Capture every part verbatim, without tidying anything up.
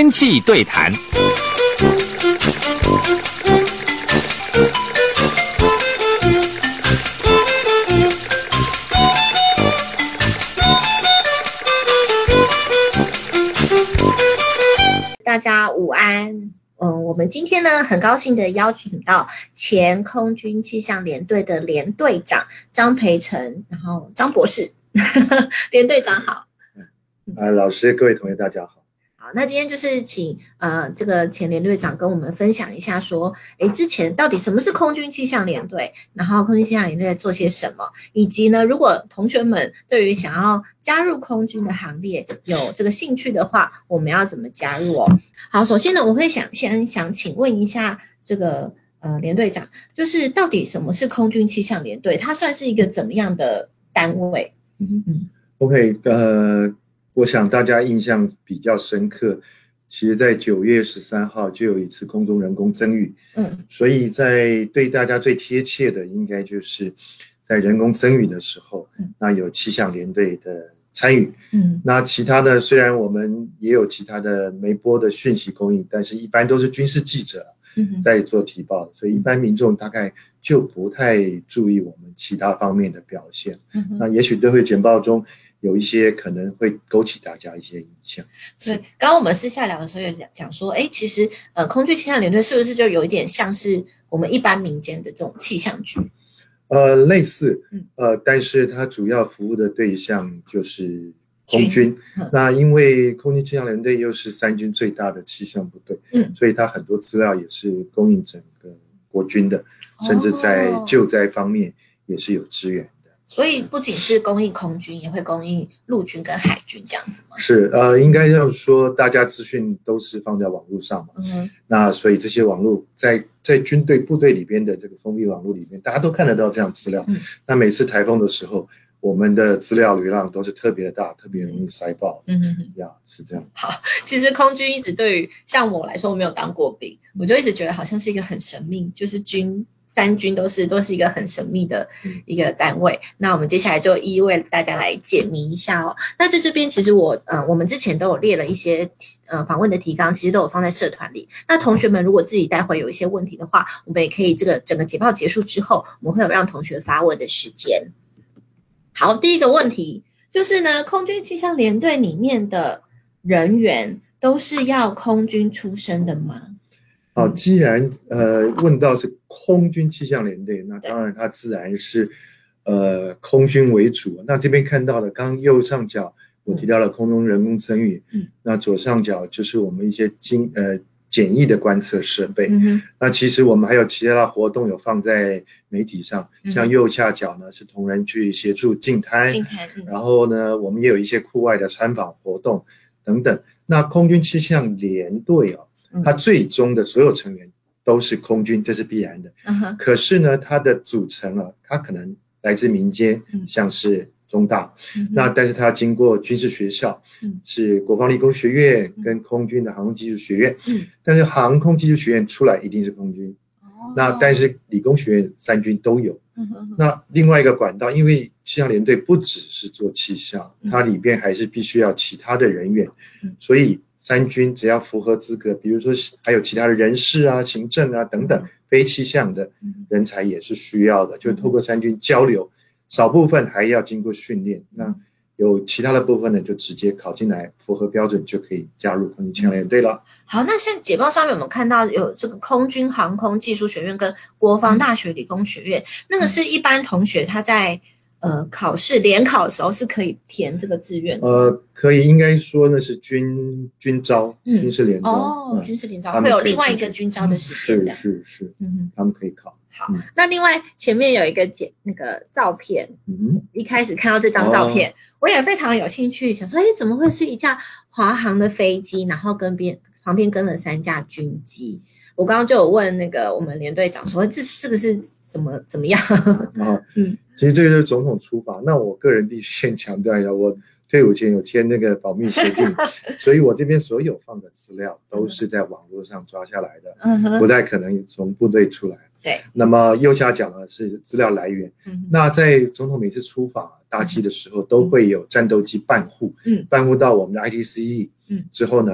天气对谈。 大家午安。嗯，我们今天呢，很高兴的邀请到前空军气象联队的联队长张培成，然后张博士，联队长好。 呃，老师，各位同学，大家好。 好，那今天就是请呃这个前联队长跟我们分享一下，说，诶，之前到底什么是空军气象联队，然后空军气象联队在做些什么，以及呢，如果同学们对于想要加入空军的行列有这个兴趣的话，我们要怎么加入哦？好，首先呢，我会想先想请问一下这个呃联队长，就是到底什么是空军气象联队？它算是一个怎么样的单位？嗯嗯 OK， 呃。我想大家印象比较深刻，其实在九月十三号就有一次空中人工增雨，嗯，所以在对大家最贴切的应该就是在人工增雨的时候，嗯，那有气象联队的参与，嗯，那其他的虽然我们也有其他的媒播的讯息供应，但是一般都是军事记者在做提报，所以一般民众大概就不太注意我们其他方面的表现，嗯，那也许都会简报中有一些可能会勾起大家一些印象。 所以刚刚我们私下聊的时候有讲说，哎，其实呃，空军气象联队是不是就有一点像是我们一般民间的这种气象局？ 呃，类似，呃，但是它主要服务的对象就是空军。嗯、那因为空军气象联队又是三军最大的气象部队，嗯，所以它很多资料也是供应整个国军的，甚至在救灾方面也是有支援。 所以不仅是供应空军，也会供应陆军跟海军这样子吗？ 是，呃，应该要说大家资讯都是放在网络上嘛，嗯，那所以这些网络在在军队部队里边的这个封闭网络里面，大家都看得到这样资料。嗯，那每次台风的时候，我们的资料流量都是特别的大，特别容易塞爆。嗯嗯嗯，呀，是这样。 好，其实空军一直对于像我来说，我没有当过兵，我就一直觉得好像是一个很神秘，就是军。三军都是都是一个很神秘的一个单位，那我们接下来就一一为大家来解谜一下哦。那在这边其实我呃我们之前都有列了一些呃访问的提纲，其实都有放在社团里。那同学们如果自己待会有一些问题的话，我们也可以这个整个简报结束之后，我们会有让同学发问的时间。好，第一个问题就是呢，空军气象联队里面的人员都是要空军出身的吗？ 好，既然呃问到是空军气象联队，那当然它自然是呃空军为主。那这边看到的，刚刚右上角我提到了空中人工增雨，嗯，那左上角就是我们一些精呃简易的观测设备。嗯，那其实我们还有其他的活动有放在媒体上，像右下角呢是同仁去协助净滩，净滩，嗯，然后呢我们也有一些户外的参访活动等等。那空军气象联队哦。它最终的所有成员都是空军，这是必然的。Uh-huh. 可是呢，它的组成啊，它可能来自民间，嗯、像是中大，嗯、那但是它经过军事学校，嗯、是国防理工学院跟空军的航空技术学院，嗯、但是航空技术学院出来一定是空军。哦、那但是理工学院三军都有。Uh-huh. 那另外一个管道，因为气象联队不只是做气象，嗯、它里边还是必须要其他的人员，嗯、所以。三军只要符合资格，比如说还有其他的人事啊、行政啊等等非气象的人才也是需要的，就透过三军交流，少部分还要经过训练，那有其他的部分呢就直接考进来，符合标准就可以加入空军气象联队了。 好，那像简报上面我们看到有这个空军航空技术学院跟国防大学理工学院，嗯、那个是一般同学他在。呃，考试联考的时候是可以填这个志愿的。 呃，可以，应该说那是军军招，嗯、军事联招。 哦，嗯、军事联招会有另外一个军招的时间，这样是是是，嗯，他们可以考。 好，嗯、那另外前面有一个简那个照片，嗯，一开始看到这张照片，哦、我也非常有兴趣，想说，哎，怎么会是一架华航的飞机，然后跟边旁边跟了三架军机？我刚刚就有问那个我们联队长说，这这个是怎么怎么样？ 啊，嗯，其实这个就是总统出访。那我个人必须先强调一下，我退伍前有签那个保密协定，所以我这边所有放的资料都是在网络上抓下来的，嗯、不太可能从部队出来。 对。 那么右下角呢是资料来源。嗯、那在总统每次出访搭机的时候，都会有战斗机伴护，嗯，伴护到我们的 I T C E，嗯，之后呢。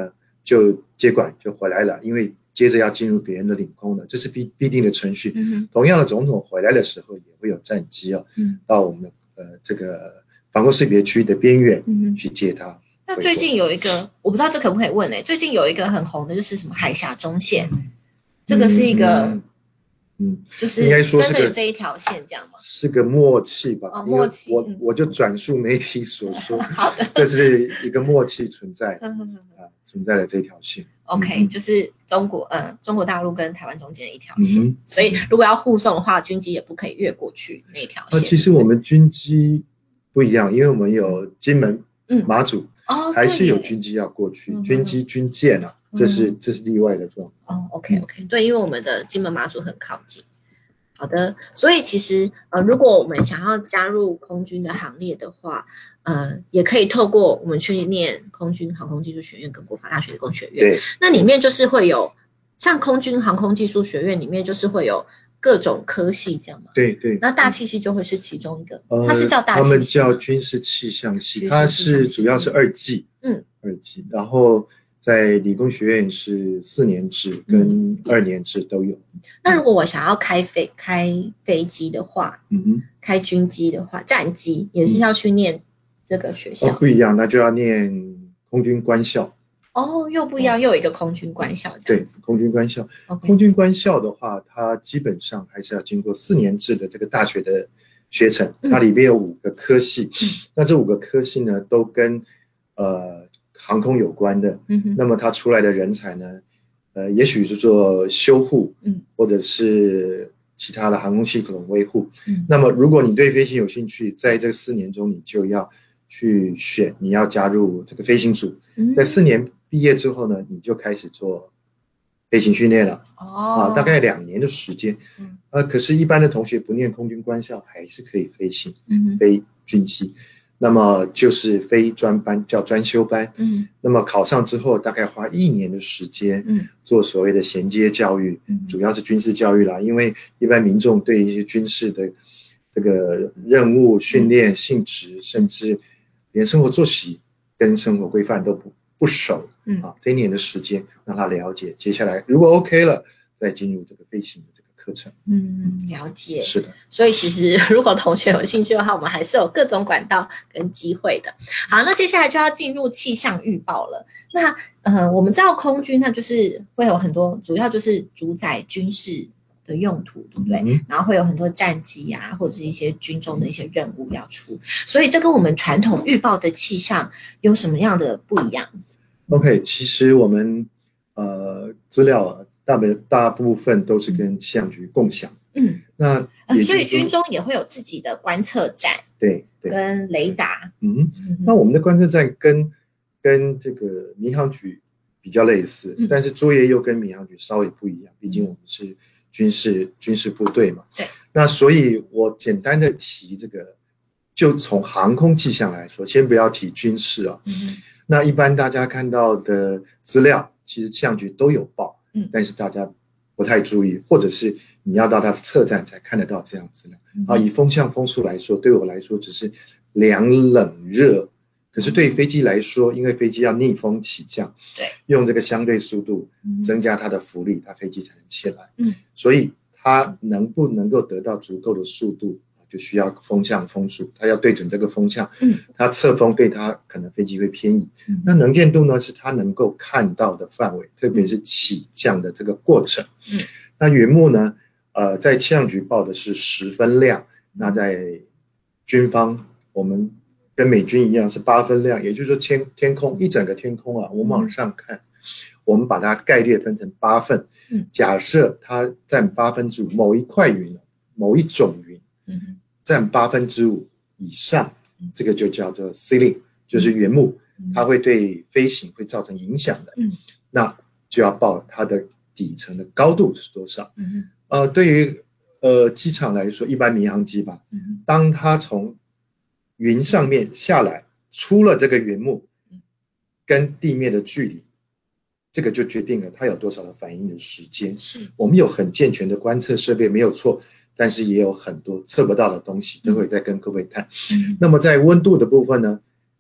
就接管就回来了，因为接着要进入别人的领空了，这是必必定的程序。 嗯、 同样的，总统回来的时候也会有战机哦，嗯、到我们的呃这个防空识别区的边缘去接他。 那最近有一个，我不知道这可不可以问哎、欸，最近有一个很红的就是什么海峡中线，这个是一个，嗯， 嗯就是应该说是真的有这一条线这样吗？ 是个默契吧， 哦、默契。 我、嗯、我就转述媒体所说， 好的， 这是一个默契存在啊，存在的这条线。 OK，、嗯、就是中国，嗯、呃，中国大陆跟台湾中间的一条线、嗯，所以如果要护送的话，军机也不可以越过去那条线。 啊，其实我们军机不一样，因为我们有金门、嗯、马祖。哦，还是有军机要过去，嗯、军机、军舰啊，嗯、这是这是例外的状况。 哦 ，OK OK，、嗯、对，因为我们的金门马祖很靠近。好的，所以其实呃，如果我们想要加入空军的行列的话，呃，也可以透过我们去念空军航空技术学院跟国防大学的工学院。 对， 那里面就是会有像空军航空技术学院里面就是会有各种科系这样吗？ 对对。 那大气系就会是其中一个，呃、它是叫大气系， 他们叫军事气象系，它是主要是二技，嗯，二技，然后在理工学院是四年制跟二年制都有。嗯、 那如果我想要开飞开飞机的话，嗯哼，开军机的话，战机也是要去念这个学校？ 哦，不一样，那就要念空军官校。 哦，又不一样，哦、又有一个空军官校这样子。 对，空军官校。Okay. 空军官校的话，它基本上还是要经过四年制的这个大学的学程，嗯、它里面有五个科系。嗯、那这五个科系呢，都跟呃航空有关的。嗯、那么它出来的人才呢，呃，也许是做修护，嗯，或者是其他的航空系统维护。嗯、那么如果你对飞行有兴趣，在这四年中，你就要去选你要加入这个飞行组。嗯、在四年毕业之后呢，你就开始做飞行训练了。哦，啊，大概两年的时间。嗯，呃，可是，一般的同学不念空军官校，还是可以飞行，嗯，飞军机。那么就是飞专班，叫专修班。嗯，那么考上之后，大概花一年的时间，嗯，做所谓的衔接教育，嗯，主要是军事教育啦。因为一般民众对一些军事的这个任务、训练性质，甚至连生活作息跟生活规范都不不熟。嗯，啊，这一年的时间让他了解，接下来如果 OK 了，再进入这个飞行的这个课程。 嗯，了解。 是的。 所以其实如果同学有兴趣的话，我们还是有各种管道跟机会的。好，那接下来就要进入气象预报了。那呃，我们知道空军它就是会有很多，主要就是主宰军事的用途，对不对？嗯、然后会有很多战机啊，或者是一些军中的一些任务要出，所以这跟我们传统预报的气象有什么样的不一样 ？OK， 其实我们呃资料啊，大部大部分都是跟气象局共享。嗯，那呃、所以军中也会有自己的观测站， 对，对跟雷达。 嗯，嗯那我们的观测站跟跟这个民航局比较类似，嗯、但是作业又跟民航局稍微不一样，毕竟我们是军事军事部队嘛。 对， 那所以我简单的提这个，就从航空气象来说，先不要提军事啊。嗯那一般大家看到的资料，其实气象局都有报，嗯，但是大家不太注意，或者是你要到它的测站才看得到这样资料。嗯、啊，以风向风速来说，对我来说只是凉冷热，可是对于飞机来说，因为飞机要逆风起降， 对， 用这个相对速度增加它的浮力，它飞机才能起来。嗯，所以它能不能够得到足够的速度？就需要风向风速，它要对准这个风向，嗯，它侧风对它可能飞机会偏移。嗯、那能见度呢，是它能够看到的范围，特别是起降的这个过程。嗯，那云幕呢，呃，在气象局报的是十分亮，那在军方我们跟美军一样是八分亮，也就是说天天空一整个天空啊，我们往上看，嗯、我们把它概略分成八份。嗯，假设它占八分之五，某一块云，某一种云。嗯，占八分之五以上，这个就叫做 ceiling， 就是云幕，它会对飞行会造成影响的。嗯，那就要报它的底层的高度是多少。嗯，呃，对于呃机场来说，一般民航机吧，嗯、当它从云上面下来，出了这个云幕，跟地面的距离，这个就决定了它有多少的反应的时间。是，我们有很健全的观测设备，没有错。但是也有很多测不到的东西，都会再跟各位谈。嗯、那么在温度的部分呢，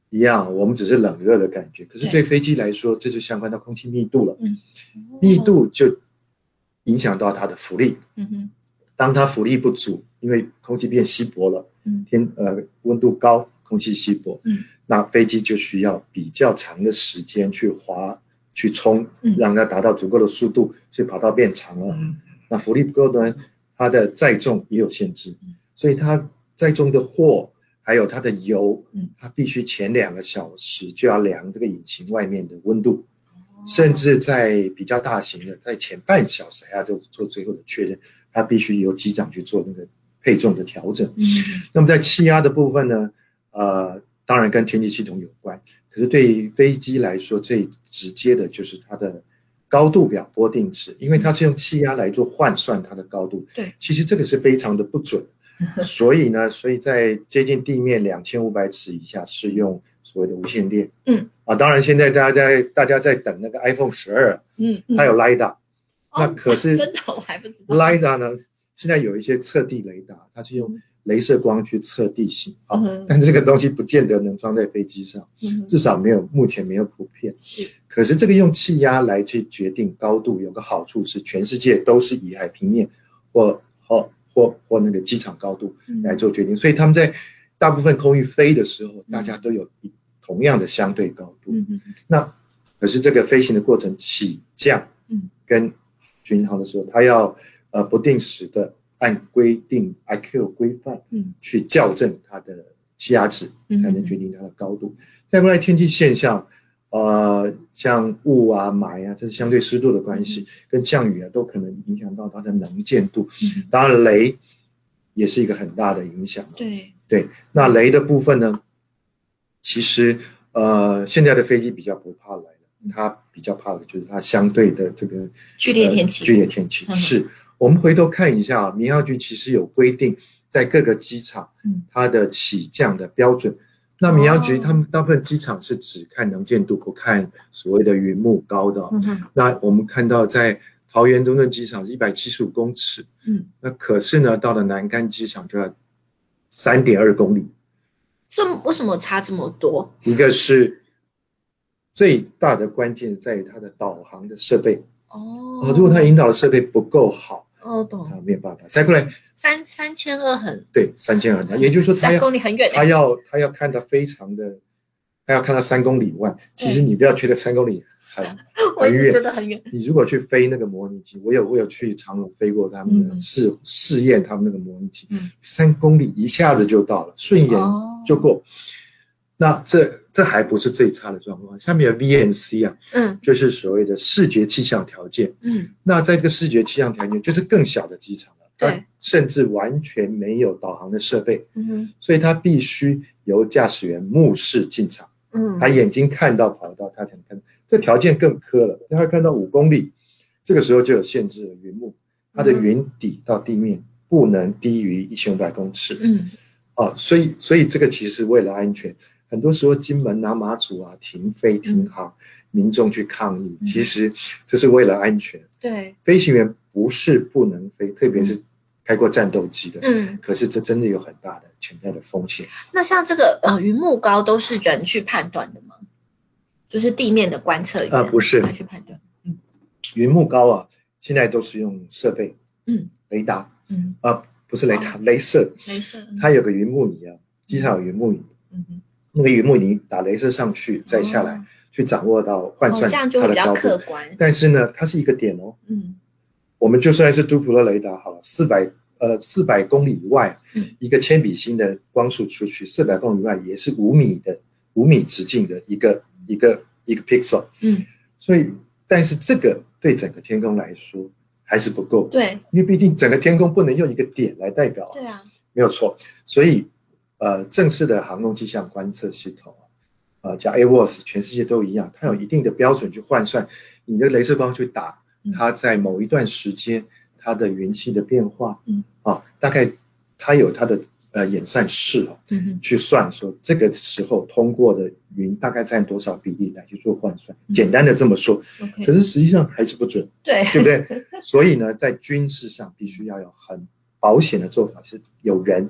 一样，我们只是冷热的感觉，可是对飞机来说，这就相关到空气密度了。 嗯， 密度就影响到它的浮力。 嗯哼， 当它浮力不足，因为空气变稀薄了， 嗯， 天呃温度高，空气稀薄， 嗯， 那飞机就需要比较长的时间去滑去冲， 嗯， 让它达到足够的速度，所以跑道变长了。嗯，那浮力不够呢，它的载重也有限制，嗯，所以它载重的货还有它的油，嗯，它必须前两个小时就要量这个引擎外面的温度。甚至在比较大型的，在前半小时还要做做最后的确认，它必须由机长去做那个配重的调整。嗯，那么在气压的部分呢，呃，当然跟天气系统有关，可是对于飞机来说，最直接的就是它的高度表波定值，因为它是用气压来做换算它的高度。 对， 其实这个是非常的不准，所以呢，所以在接近地面两千五百尺以下是用所谓的无线电。嗯。啊，当然，现在大家在大家在等那个 iPhone 十二，嗯，它有 LiDAR， 哦， 那可是真的我还不知道 LiDAR 呢，现在有一些测地雷达，它是用雷射光去测地形啊， 嗯， 但这个东西不见得能装在飞机上，嗯，至少没有目前没有普遍。 是， 可是这个用气压来去决定高度，有个好处是，全世界都是以海平面或或或或那个机场高度来做决定，嗯，所以他们在大部分空域飞的时候，大家都有一。同样的相对高度，嗯，那可是这个飞行的过程起降，嗯，跟巡航的时候，它要呃不定时的按规定 I Q 规范，嗯，去校正它的气压值，才能决定它的高度。嗯，再过来天气现象，呃，像雾啊、霾啊，这是相对湿度的关系，嗯，跟降雨啊，都可能影响到它的能见度。嗯，当然雷也是一个很大的影响。 对对，那雷的部分呢？其实，呃，现在的飞机比较不怕雷了，它比较怕的就是它相对的这个剧烈天气。 呃、剧烈天气、嗯、是。我们回头看一下，民航局其实有规定，在各个机场，它的起降的标准。嗯、那民航局他们大部分机场是只看能见度，不看所谓的云幕高的、哦嗯。那我们看到在桃园中正机场是一百七十五公尺，嗯，那可是呢，到了南竿机场就要 三点二公里。 这为什么差这么多？ 一个是最大的关键在于它的导航的设备哦、呃，如果它引导的设备不够好， 哦，懂， 它没有办法。再过来， 三三千二很对，三千二很，也就是说它要三公里很远， 它要它要看到非常的，它要看到三公里外。其实你不要觉得三公里很很远， 觉得很远。 你如果去飞那个模拟机，我有我有去长荣飞过他们的试、嗯、试验他们那个模拟机，嗯、三公里一下子就到了，顺眼就过。哦，那这这还不是最差的状况，下面有 V N C 啊，嗯，就是所谓的视觉气象条件，嗯，那在这个视觉气象条件就是更小的机场了， 对， 甚至完全没有导航的设备，嗯，所以他必须由驾驶员目视进场，嗯，他眼睛看到跑道，他才能看到，这条件更苛了，他看到五公里，这个时候就有限制了云幕，它的云底到地面不能低于一千五百公尺，嗯，啊，所以所以这个其实是为了安全。很多时候金门啊、马祖啊停飞停航，嗯、民众去抗议，其实这是为了安全。 对， 飞行员不是不能飞，特别是开过战斗机的，嗯，可是这真的有很大的潜在的风险。 那像这个呃云幕高都是人去判断的吗？就是地面的观测员啊、呃，不是他去判断。嗯， 云幕高啊，现在都是用设备，嗯，雷达，嗯，啊、呃，不是雷达，哦、雷射， 雷射， 它有个云幕仪啊，机场有云幕仪，嗯哼。那个云幕仪打雷射上去，再下来，哦、去掌握到换算它的高度，哦、 这样就比较客观。 但是呢，它是一个点哦。嗯，我们就算是杜普勒雷达好了，四百呃四百公里以外，嗯，一个铅笔芯的光束出去，四百公里以外也是五米的五米直径的一个一个一个 pixel。嗯，所以但是这个对整个天空来说还是不够。 对， 因为毕竟整个天空不能用一个点来代表。 对啊， 没有错。所以。呃，正式的航空气象观测系统，呃，叫 A W O S， 全世界都一样，它有一定的标准去换算你的雷射光去打，它在某一段时间它的云气的变化，嗯，啊，大概它有它的呃演算式哦，嗯，去算说这个时候通过的云大概占多少比例来去做换算，嗯、简单的这么说， 嗯、 可是实际上还是不准， 对， 对不对？所以呢，在军事上必须要有很保险的做法，是有人。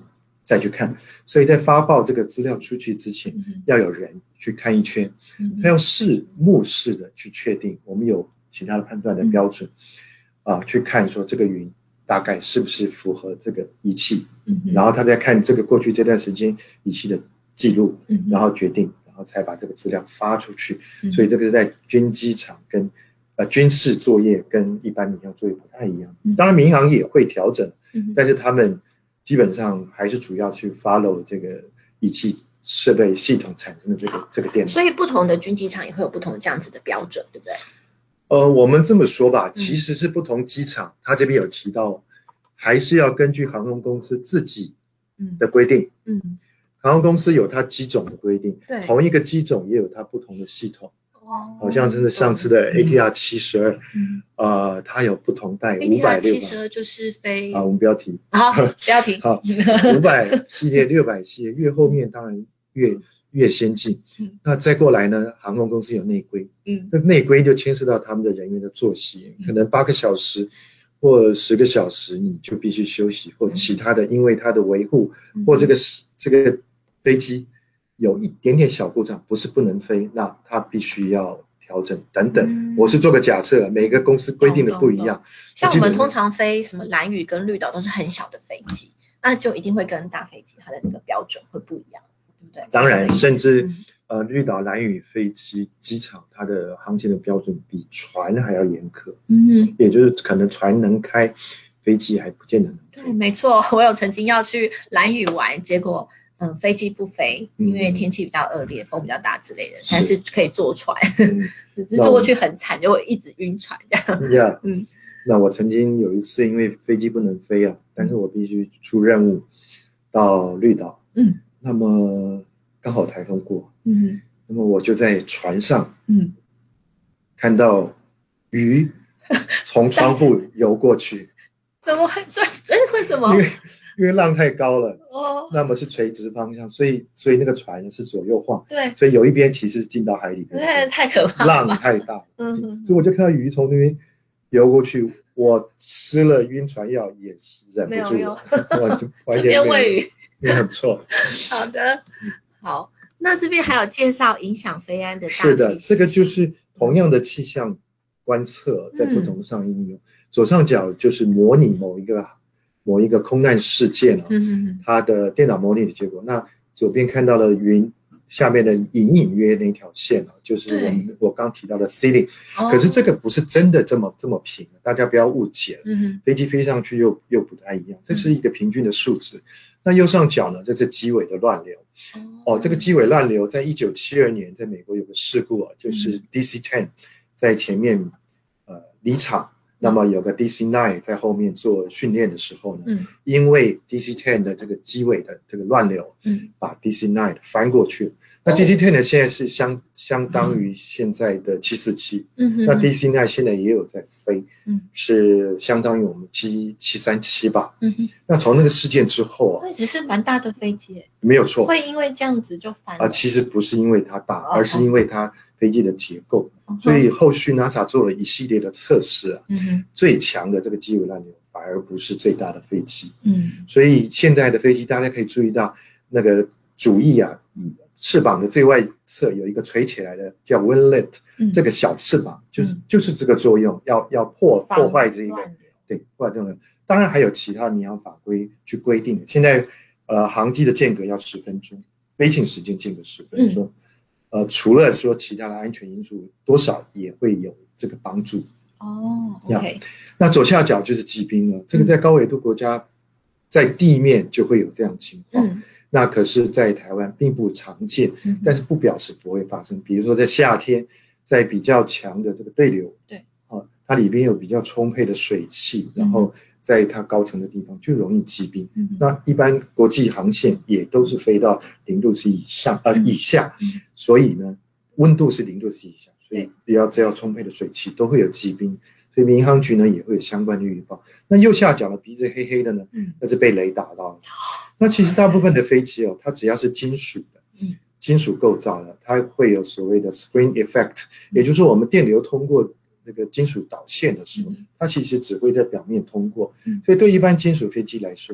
再去看。所以在发报这个资料出去之前， 嗯、 要有人去看一圈，嗯、他用视目视的去确定，我们有其他的判断的标准，嗯、啊，去看说这个云大概是不是符合这个仪器，嗯、然后他再看这个过去这段时间仪器的记录，嗯、然后决定，然后才把这个资料发出去。嗯、所以这个是在军机场跟呃军事作业跟一般民航作业不太一样。嗯、当然民航也会调整，嗯、但是他们基本上还是主要去 follow 这个仪器设备系统产生的这个这个电脑。 所以不同的军机场也会有不同的这样子的标准，对不对？ 呃，我们这么说吧，其实是不同机场，他、嗯、这边有提到，还是要根据航空公司自己的规定。嗯，嗯航空公司有它机种的规定，对，同一个机种也有它不同的系统。哦，好像真的上次的 A T R 七十二，嗯，呃，它有不同代五百 A T R 七十二就是飞啊，我们不要提， 好，不要提， 好，五百系列、六百系列，越后面当然越越先进。嗯，那再过来呢，航空公司有内规，嗯，那内规就牵涉到他们的人员的作息，可能八个小时或十个小时你就必须休息，或其他的，因为它的维护或这个这个飞机有一点点小故障，不是不能飞，那它必须要调整等等。嗯、我是做个假设，每个公司规定的不一样。 像我们通常飞什么兰屿跟绿岛都是很小的飞机，那就一定会跟大飞机它的那个标准会不一样，对不对？ 当然，甚至、嗯、呃绿岛兰屿飞机机场它的航行的标准比船还要严苛。嗯，也就是可能船能开，飞机还不见得能开。 对，没错，我有曾经要去兰屿玩，结果。嗯，飞机不飞，因为天气比较恶劣，风比较大之类的，但是可以坐船，嗯、只是坐过去很惨，就会一直晕船这样。 Yeah, 嗯，那我曾经有一次因为飞机不能飞啊，但是我必须出任务到绿岛，嗯，那么刚好台风过，嗯，那么我就在船上，嗯，看到鱼从窗户游过去， 怎么会？为什么？ 因为因为浪太高了，哦，那么是垂直方向，所以所以那个船是左右晃， 对， 所以有一边其实进到海里， 对，太可怕了， 浪太大，嗯，所以我就看到鱼从那边游过去，我吃了晕船药也是忍不住了，我就这边喂鱼， 没有错。 好的，好，那这边还有介绍影响飞安的大气是的，这个就是同样的气象观测在不同上应用，嗯、左上角就是模拟某一个。某一个空难事件、哦嗯、它的电脑模拟的结果，那左边看到的云下面的隐隐约那条线、哦、就是我们我刚提到的 ceiling、哦、可是这个不是真的这么这么平，大家不要误解了、嗯、飞机飞上去又又不太一样，这是一个平均的数值、嗯、那右上角呢，这是机尾的乱流 哦, 哦，这个机尾乱流在一九七二年在美国有个事故、哦、就是 D C 十 在前面呃离场，那么有个 D C 九 在后面做训练的时候呢，嗯、因为 D C 十 的这个机尾的这个乱流，嗯、把 D C 九 翻过去了。那 D C 十 呢现在是相相当于现在的七四七，嗯、那 D C 九 现在也有在飞，嗯、是相当于我们七七三七吧。嗯、那从那个事件之后啊， 那只是蛮大的飞机， 没有错， 会因为这样子就翻了啊？其实不是因为它大，而是因为它飞机的结构。所以后续 NASA 做了一系列的测试啊，嗯、最强的这个机尾乱流反而不是最大的飞机，嗯、所以现在的飞机大家可以注意到那个主翼啊，翅膀的最外侧有一个垂起来的叫 winglet，嗯、这个小翅膀就是、嗯、就是这个作用，要要破破坏这个，对，破坏这个。当然还有其他民航法规去规定，现在呃航机的间隔要十分钟，飞行时间间隔十分钟。嗯呃，除了说其他的安全因素，多少也会有这个帮助。 哦 ，OK。 那左下角就是机兵了，这个在高纬度国家，在地面就会有这样的情况。嗯、那可是，在台湾并不常见，嗯、但是不表示不会发生。比如说在夏天，在比较强的这个对流， 对， 啊，它里边有比较充沛的水汽，然后在它高层的地方就容易积冰。嗯、那一般国际航线也都是飞到零度 C 以上呃以下，嗯、所以呢，温度是零度 C 以下，所以只要只要充沛的水汽都会有积冰，所以民航局呢也会有相关的预报。那右下角的鼻子黑黑的呢，嗯、那是被雷打到了。那其实大部分的飞机哦，它只要是金属的，嗯、金属构造的，它会有所谓的 screen effect，也就是说我们电流通过那个金属导线的时候，它其实只会在表面通过，所以对一般金属飞机来说，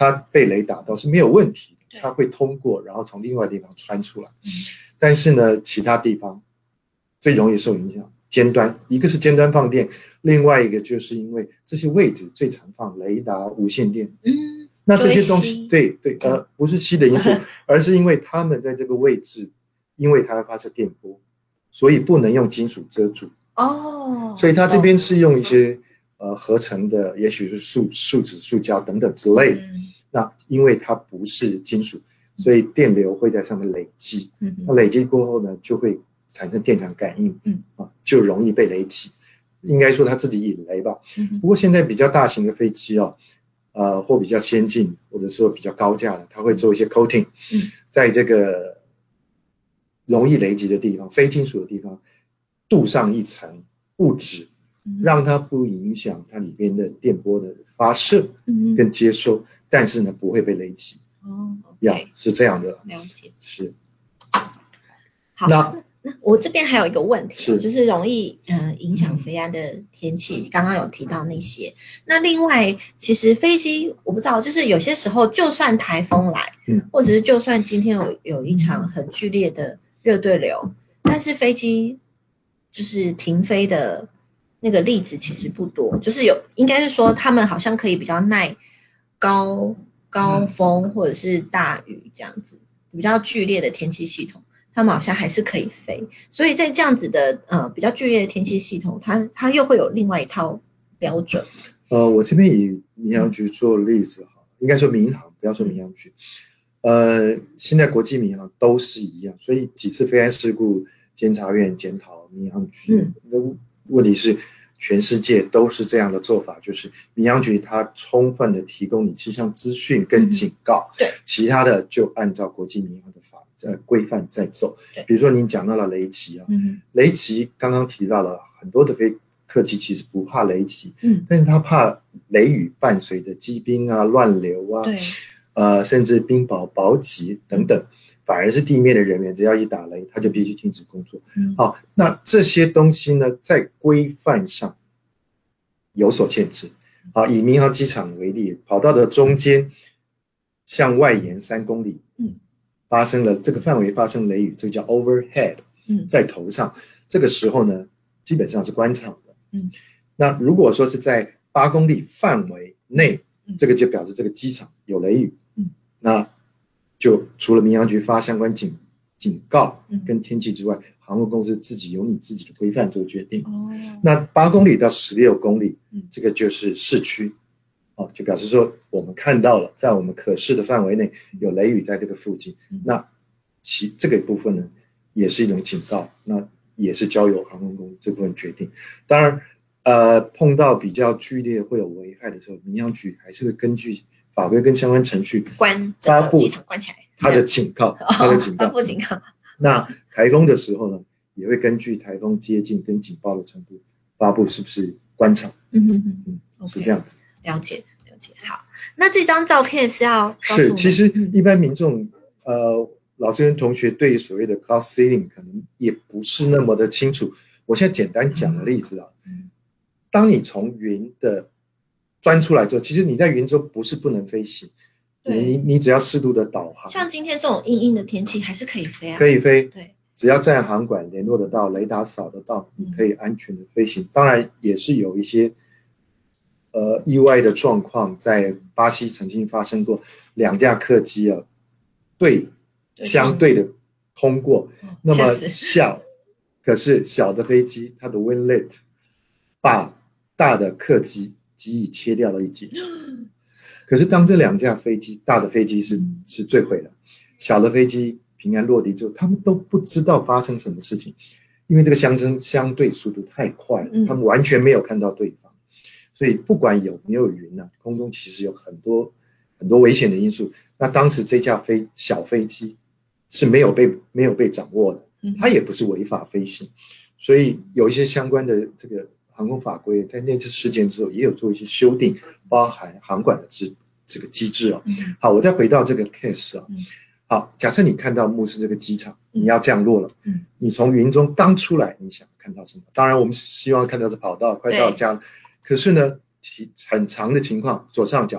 它被雷打到是没有问题的，它会通过，然后从另外地方穿出来。 嗯、 但是呢，其他地方最容易受影响。尖端，一个是尖端放电，另外一个就是因为这些位置最常放雷达、无线电。 嗯， 那这些东西，对对，呃，不是吸的因素，而是因为它们在这个位置，因为它会发射电波，所以不能用金属遮住。 哦， 所以它这边是用一些呃合成的，也许是树树脂、塑胶等等之类的。嗯、那因为它不是金属，所以电流会在上面累积。嗯、那累积过后呢，就会产生电场感应。嗯啊，就容易被雷击。应该说它自己引雷吧。嗯、不过现在比较大型的飞机哦，呃，或比较先进，或者说比较高价的，它会做一些 coating，嗯、在这个容易雷击的地方、非金属的地方，镀上一层物质，让它不影响它里边的电波的发射跟接收，嗯、但是呢，不会被雷击。哦，呀，是这样的。 了解。 是。 好，那我这边还有一个问题，是就是容易呃影响飞安的天气，刚刚有提到那些。那另外，其实飞机我不知道，就是有些时候就算台风来，嗯、或者是就算今天有有一场很剧烈的热对流，但是飞机就是停飞的那个例子其实不多，就是有应该是说他们好像可以比较耐高高风或者是大雨这样子比较剧烈的天气系统。他们好像还是可以飞，所以在这样子的呃比较剧烈的天气系统，它它又会有另外一套标准。 呃，我这边以民航局做例子哈，应该说民航，不要说民航局。呃，现在国际民航都是一样，所以几次飞安事故，监察院检讨民航局。嗯，那问题是全世界都是这样的做法，就是民航局它充分的提供你气象资讯跟警告， 嗯、对， 其他的就按照国际民航的法。呃，规范在走，比如说您讲到了雷击啊，嗯、雷击刚刚提到了很多的飞客机其实不怕雷击，嗯，但是他怕雷雨伴随的积冰啊、乱流啊， 对， 呃，甚至冰雹、雹击等等，反而是地面的人员只要一打雷，他就必须停止工作。嗯，好，那这些东西呢，在规范上有所限制。好，以民航机场为例，跑道的中间向外延三公里，嗯。发生了这个范围发生雷雨，这个叫 overhead， 在头上，嗯、这个时候呢，基本上是关场的。嗯，那如果说是在八公里范围内，嗯、这个就表示这个机场有雷雨。嗯，那就除了民航局发相关警警告跟天气之外，嗯、航空公司自己有你自己的规范做决定。哦，那八公里到十六公里，嗯、这个就是市区。哦，就表示说我们看到了在我们可视的范围内有雷雨在这个附近，嗯、那其这个部分呢也是一种警告，那也是交由航空公司这部分决定。当然呃碰到比较剧烈会有危害的时候，民航局还是会根据法规跟相关程序关发布机场关起来它的警告，它的警告， 发布警告。 那台风的时候呢，也会根据台风接近跟警报的程度发布是不是关场。嗯嗯嗯嗯， okay, 是这样子。 了解了解。好，那这张照片是要告诉我们， 是其实一般民众呃老师跟同学对所谓的 cloud seeding 可能也不是那么的清楚。我现在简单讲个例子啊，嗯、当你从云的钻出来之后，其实你在云中不是不能飞行，你你只要适度的导航， 像今天这种阴阴的天气还是可以飞啊， 可以飞， 对， 只要在航管联络得到，雷达扫得到，你可以安全的飞行。嗯、当然也是有一些呃意外的状况，在巴西曾经发生过，两架客机啊对相对的通过，哦、那么小可是小的飞机它的 winglet 把大的客机机翼切掉了一截。可是当这两架飞机，大的飞机是是坠毁了，小的飞机平安落地之后，他们都不知道发生什么事情，因为这个相争相对速度太快了，他们完全没有看到对方。所以不管有没有云啊，空中其实有很多很多危险的因素。那当时这架飞小飞机是没有被没有被掌握的，它也不是违法飞行，所以有一些相关的这个航空法规在那次事件之后也有做一些修订，包含航管的制这个机制哦。好，我再回到这个 case 啊。好，假设你看到目视这个机场，你要降落了，你从云中刚出来，你想看到什么？当然我们希望看到是跑道快到家了，可是呢很长的情况，左上角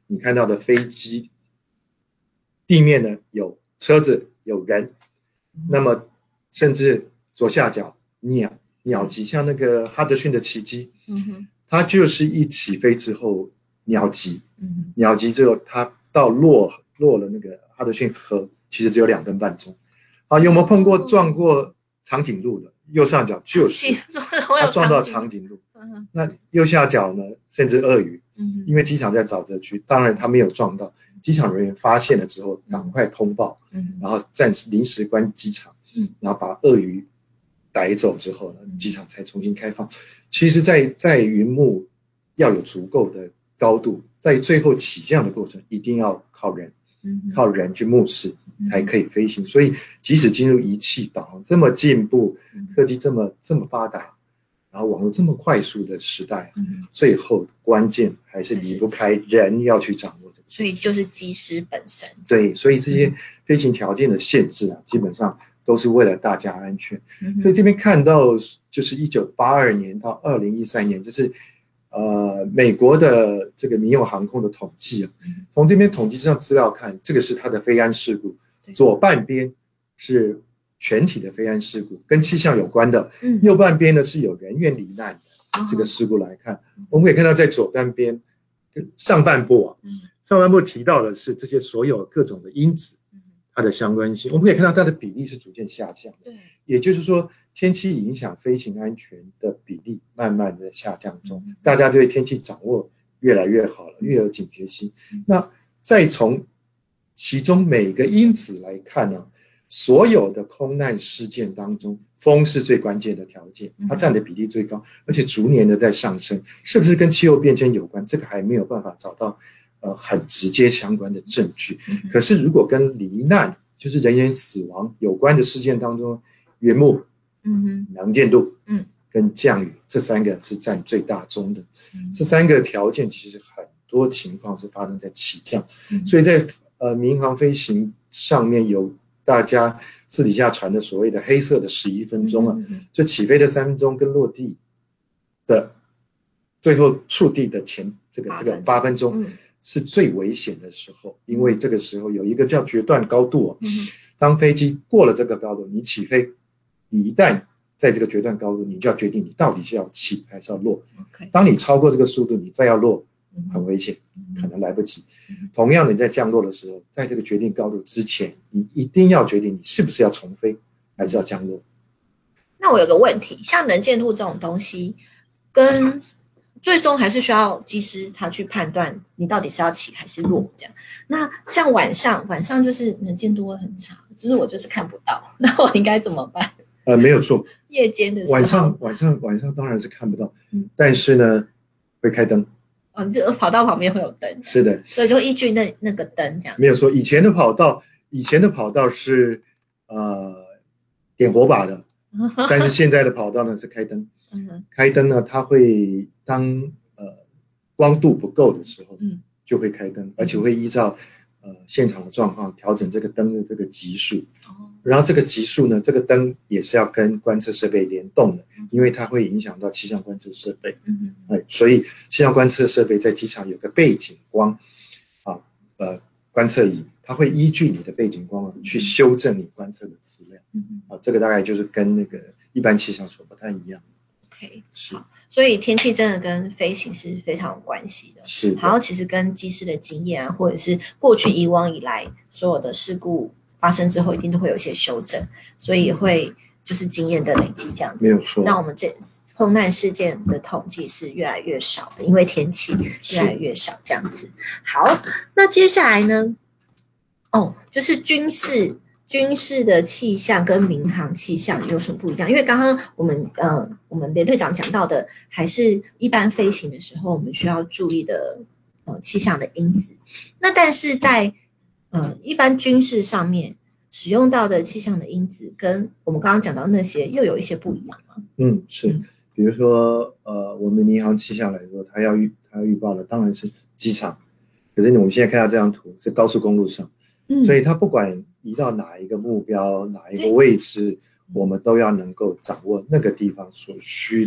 你看到的飞机，地面呢有车子有人，那么甚至左下角鸟鸟击，像那个哈德逊的奇迹， 嗯哼， 它就是一起飞之后鸟击， 嗯鸟击之后它到落落了那个哈德逊河，其实只有两分半钟。啊，有没有碰过撞过长颈鹿的？右上角就是它撞到长颈鹿， 嗯、 那右下角呢，甚至鳄鱼， 嗯、 因为机场在沼泽区，当然它没有撞到，机场人员发现了之后，赶快通报， 嗯、 然后暂时临时关机场， 嗯、 然后把鳄鱼逮走之后呢，机场才重新开放。其实在，在在云幕要有足够的高度，在最后起降的过程，一定要靠人， 嗯、 靠人去目视。才可以飞行，所以即使进入仪器导航这么进步，科技这么这么发达，然后网络这么快速的时代， 嗯、 最后关键还是离不开人要去掌握这个， 所以就是机师本身。 对，所以这些飞行条件的限制啊，基本上都是为了大家安全。 嗯、 所以这边看到就是一九八二年到二零一三年，就是呃美国的这个民用航空的统计啊，从这边统计上资料看，这个是它的飞安事故。左半边是全体的飞安事故，跟气象有关的； 嗯、 右半边呢是有人员罹难的。 嗯、 这个事故来看，我们可以看到在左半边上半部啊， 嗯、 上半部提到的是这些所有各种的因子，它的相关性，我们可以看到它的比例是逐渐下降的。 对， 也就是说，天气影响飞行安全的比例慢慢的下降中， 嗯、 大家对天气掌握越来越好了，越有警觉性。嗯、那再从其中每个因子来看呢、啊，所有的空难事件当中，风是最关键的条件，它占的比例最高，而且逐年的在上升，是不是跟气候变迁有关？这个还没有办法找到呃很直接相关的证据。可是如果跟罹难，就是人员死亡有关的事件当中，云幕、 嗯、 能见度、 嗯、 跟降雨这三个是占最大宗的。嗯、这三个条件其实很多情况是发生在起降，嗯、所以在呃，民航飞行上面有大家私底下传的所谓的黑色的十一分钟啊，嗯嗯就起飞的三分钟跟落地的最后触地的前这个这个八分钟是最危险的时候，嗯、因为这个时候有一个叫决断高度哦，嗯、当飞机过了这个高度，你起飞，你一旦在这个决断高度，你就要决定你到底是要起还是要落。 Okay. 当你超过这个速度，你再要落。很危险，可能来不及。同样，你在降落的时候，在这个决定高度之前，你一定要决定你是不是要重飞，还是要降落。 那我有个问题，像能见度这种东西，跟最终还是需要机师他去判断你到底是要起还是落这样。那像晚上，晚上就是能见度会很差，就是我就是看不到，那我应该怎么办？ 呃，没有错， 夜间的时候， 晚上晚上晚上当然是看不到，嗯、但是呢，会开灯。 哦，就跑道旁边会有灯， 是的， 所以就依据那那个灯这样。 没有说以前的跑道，以前的跑道是呃点火把的，但是现在的跑道呢是开灯。嗯、开灯呢，它会当呃光度不够的时候，嗯，就会开灯，而且会依照呃现场的状况调整这个灯的这个级数。哦。然后这个级数呢，这个灯也是要跟观测设备联动的，因为它会影响到气象观测设备。嗯嗯。所以气象观测设备在机场有个背景光啊，呃，观测仪，它会依据你的背景光啊去修正你观测的资料。嗯啊，这个大概就是跟那个一般气象所不太一样。 OK， 是。 所以天气真的跟飞行是非常有关系的。 是的。 然后其实跟机师的经验啊，或者是过去以往以来所有的事故发生之后，一定都会有一些修正，所以也会就是经验的累积这样子。 没有错。 让我们这空难事件的统计是越来越少的，因为天气越来越少这样子。好，那接下来呢？哦，就是军事军事的气象跟民航气象有什么不一样？因为刚刚我们呃我们连队长讲到的，还是一般飞行的时候我们需要注意的呃气象的因子。那但是在呃，一般军事上面使用到的气象的因子，跟我们刚刚讲到那些又有一些不一样吗？ 嗯，是，嗯、比如说，呃，我们民航气象来说，它要预它要预报的当然是机场，可是我们现在看到这张图是高速公路上，嗯、所以它不管移到哪一个目标、哪一个位置，我们都要能够掌握那个地方所需的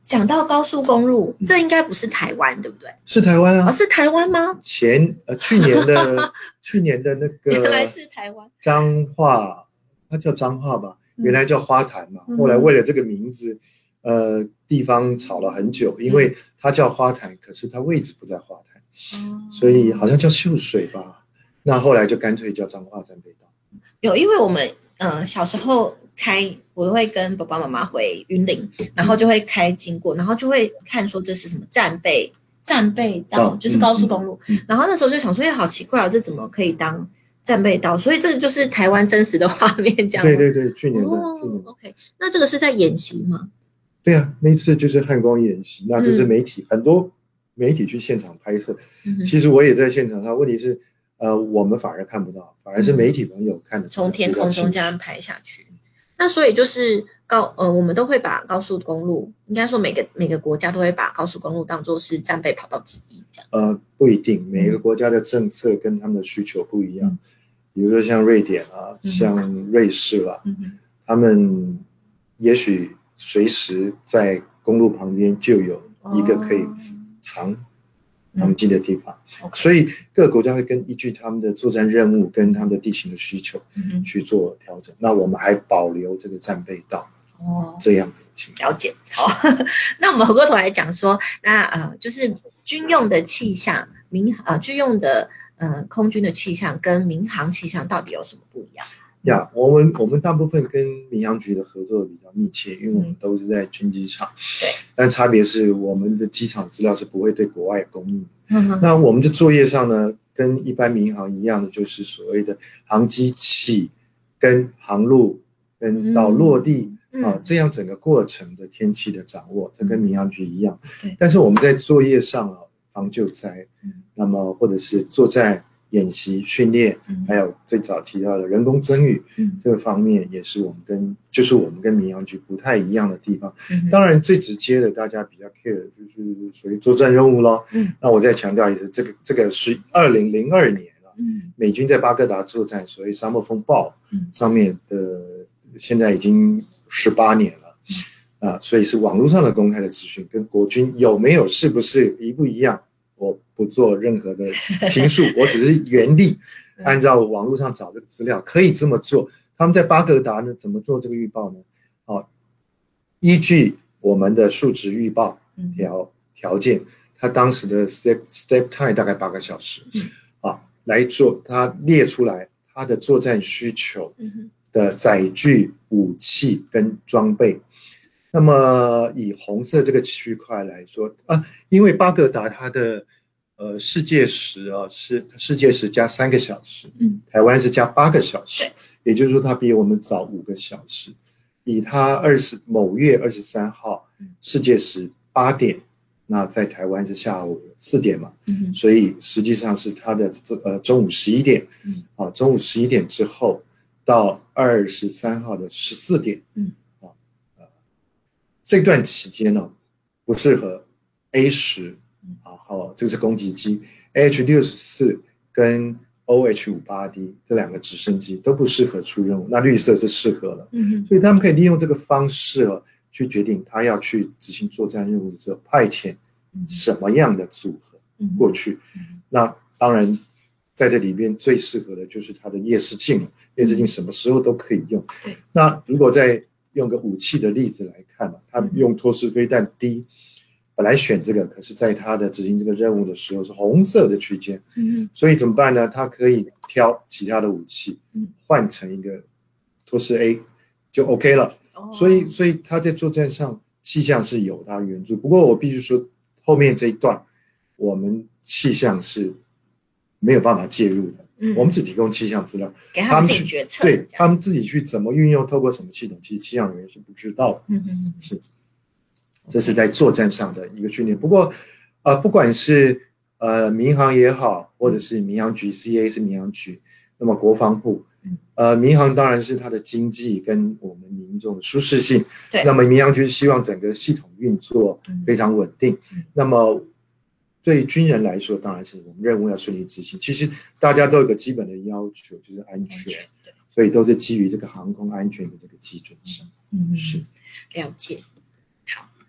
讲到高速公路，这应该不是台湾，对不对？ 是台湾啊， 哦，是台湾吗？ 前呃去年的去年的那个原来是台湾， 彰化，它叫彰化吧， 嗯原来叫花坛嘛， 嗯后来为了这个名字，呃，地方吵了很久，因为它叫花坛，可是它位置不在花坛， 哦所以好像叫秀水吧，那后来就干脆叫彰化战备道。 有，因为我们呃小时候开，我会跟爸爸妈妈回云林，然后就会开经过，然后就会看说这是什么战备战备道， 道就是高速公路。 嗯嗯嗯然后那时候就想说，哎，好奇怪哦，这怎么可以当战备道？所以这就是台湾真实的画面，这样吗？ 对对对，去年的、 哦去年的。 ，OK，那这个是在演习吗？ 对啊，那次就是汉光演习，那这是媒体、很多媒体去现场拍摄， 嗯其实我也在现场上，问题是，呃，我们反而看不到，反而是媒体朋友看得从天空中这样比较清楚。 拍下去。那所以就是高呃，我们都会把高速公路，应该说每个每个国家都会把高速公路当作是战备跑道之一，这样。 呃，不一定，每个国家的政策跟他们的需求不一样。 嗯比如说像瑞典啊， 嗯像瑞士啦、 嗯哼他们也许随时在公路旁边就有一个可以藏航机的地方， 嗯 OK 所以各个国家会跟依据他们的作战任务跟他们的地形的需求嗯哼去做调整。那我们还保留这个战备道哦， 这样的情况。 了解。好，那我们回过头来讲说，那呃，就是军用的气象，民呃军用的呃空军的气象跟民航气象到底有什么不一样？ 呀，我们我们大部分跟民航局的合作比较密切，因为我们都是在军机场。 对。 但差别是我们的机场资料是不会对国外供应的。 嗯哼那我们的作业上呢，跟一般民航一样的，就是所谓的航机起、跟航路、跟到落地、 嗯啊，这样整个过程的天气的掌握，这跟民航局一样。 对。 但是我们在作业上啊，防救灾， 嗯那么或者是作战演习训练， 嗯还有最早提到的人工增雨， 嗯这个方面也是我们跟就是我们跟民航局不太一样的地方。 嗯当然最直接的大家比较 care 的就是属于作战任务咯。 嗯那我再强调一次，这个这个是二零零二年了， 嗯美军在巴格达作战，所谓沙漠风暴嗯上面的，现在已经十八年了。啊，所以是网络上的公开的资讯，跟国军有没有是不是一不一样，我不做任何的评述，我只是原地按照网络上找这个资料，可以这么做。他们在巴格达呢怎么做这个预报呢？哦，依据我们的数值预报条条件，他当时的 step step time 大概八个小时，啊，来做他列出来他的作战需求的载具、武器跟装备。那么以红色这个区块来说啊，因为巴格达它的呃世界时啊是世界时加三个小时，嗯，台湾是加八个小时，也就是说它比我们早五个小时。以它二十某月二十三号世界时八点，那在台湾是下午四点嘛，嗯，所以实际上是它的呃中午十一点，嗯，啊中午十一点之后到二十三号的十四点，嗯。这段期间呢，不适合 A 十，啊，好，这个是攻击机 ，A H 六十四跟 O H 五十八 D 这两个直升机都不适合出任务，那绿色是适合的，嗯，所以他们可以利用这个方式啊，去决定他要去执行作战任务的时候派遣什么样的组合过去。那当然，在这里边最适合的就是它的夜视镜了，夜视镜什么时候都可以用。那如果在用个武器的例子来看嘛，他用托式飞弹 D， 本来选这个，可是在他的执行这个任务的时候是红色的区间，嗯，所以怎么办呢？他可以挑其他的武器，换成一个托式 A 就 OK 了。哦，所以所以他在作战上气象是有他援助，不过我必须说后面这一段我们气象是没有办法介入的。嗯，我们只提供气象资料， 给他们自己决策。 对，他们自己去怎么运用，透过什么系统，其实气象人员是不知道的。嗯嗯，是，这是在作战上的一个训练。不过，呃，不管是呃民航也好，或者是民航局 C A 是民航局，那么国防部，呃，民航当然是它的经济跟我们民众的舒适性。对，那么民航局希望整个系统运作非常稳定。嗯，那么对军人来说，当然是我们任务要顺利执行。其实大家都有个基本的要求，就是安全，所以都是基于这个航空安全的这个基准上。嗯，是了解。好，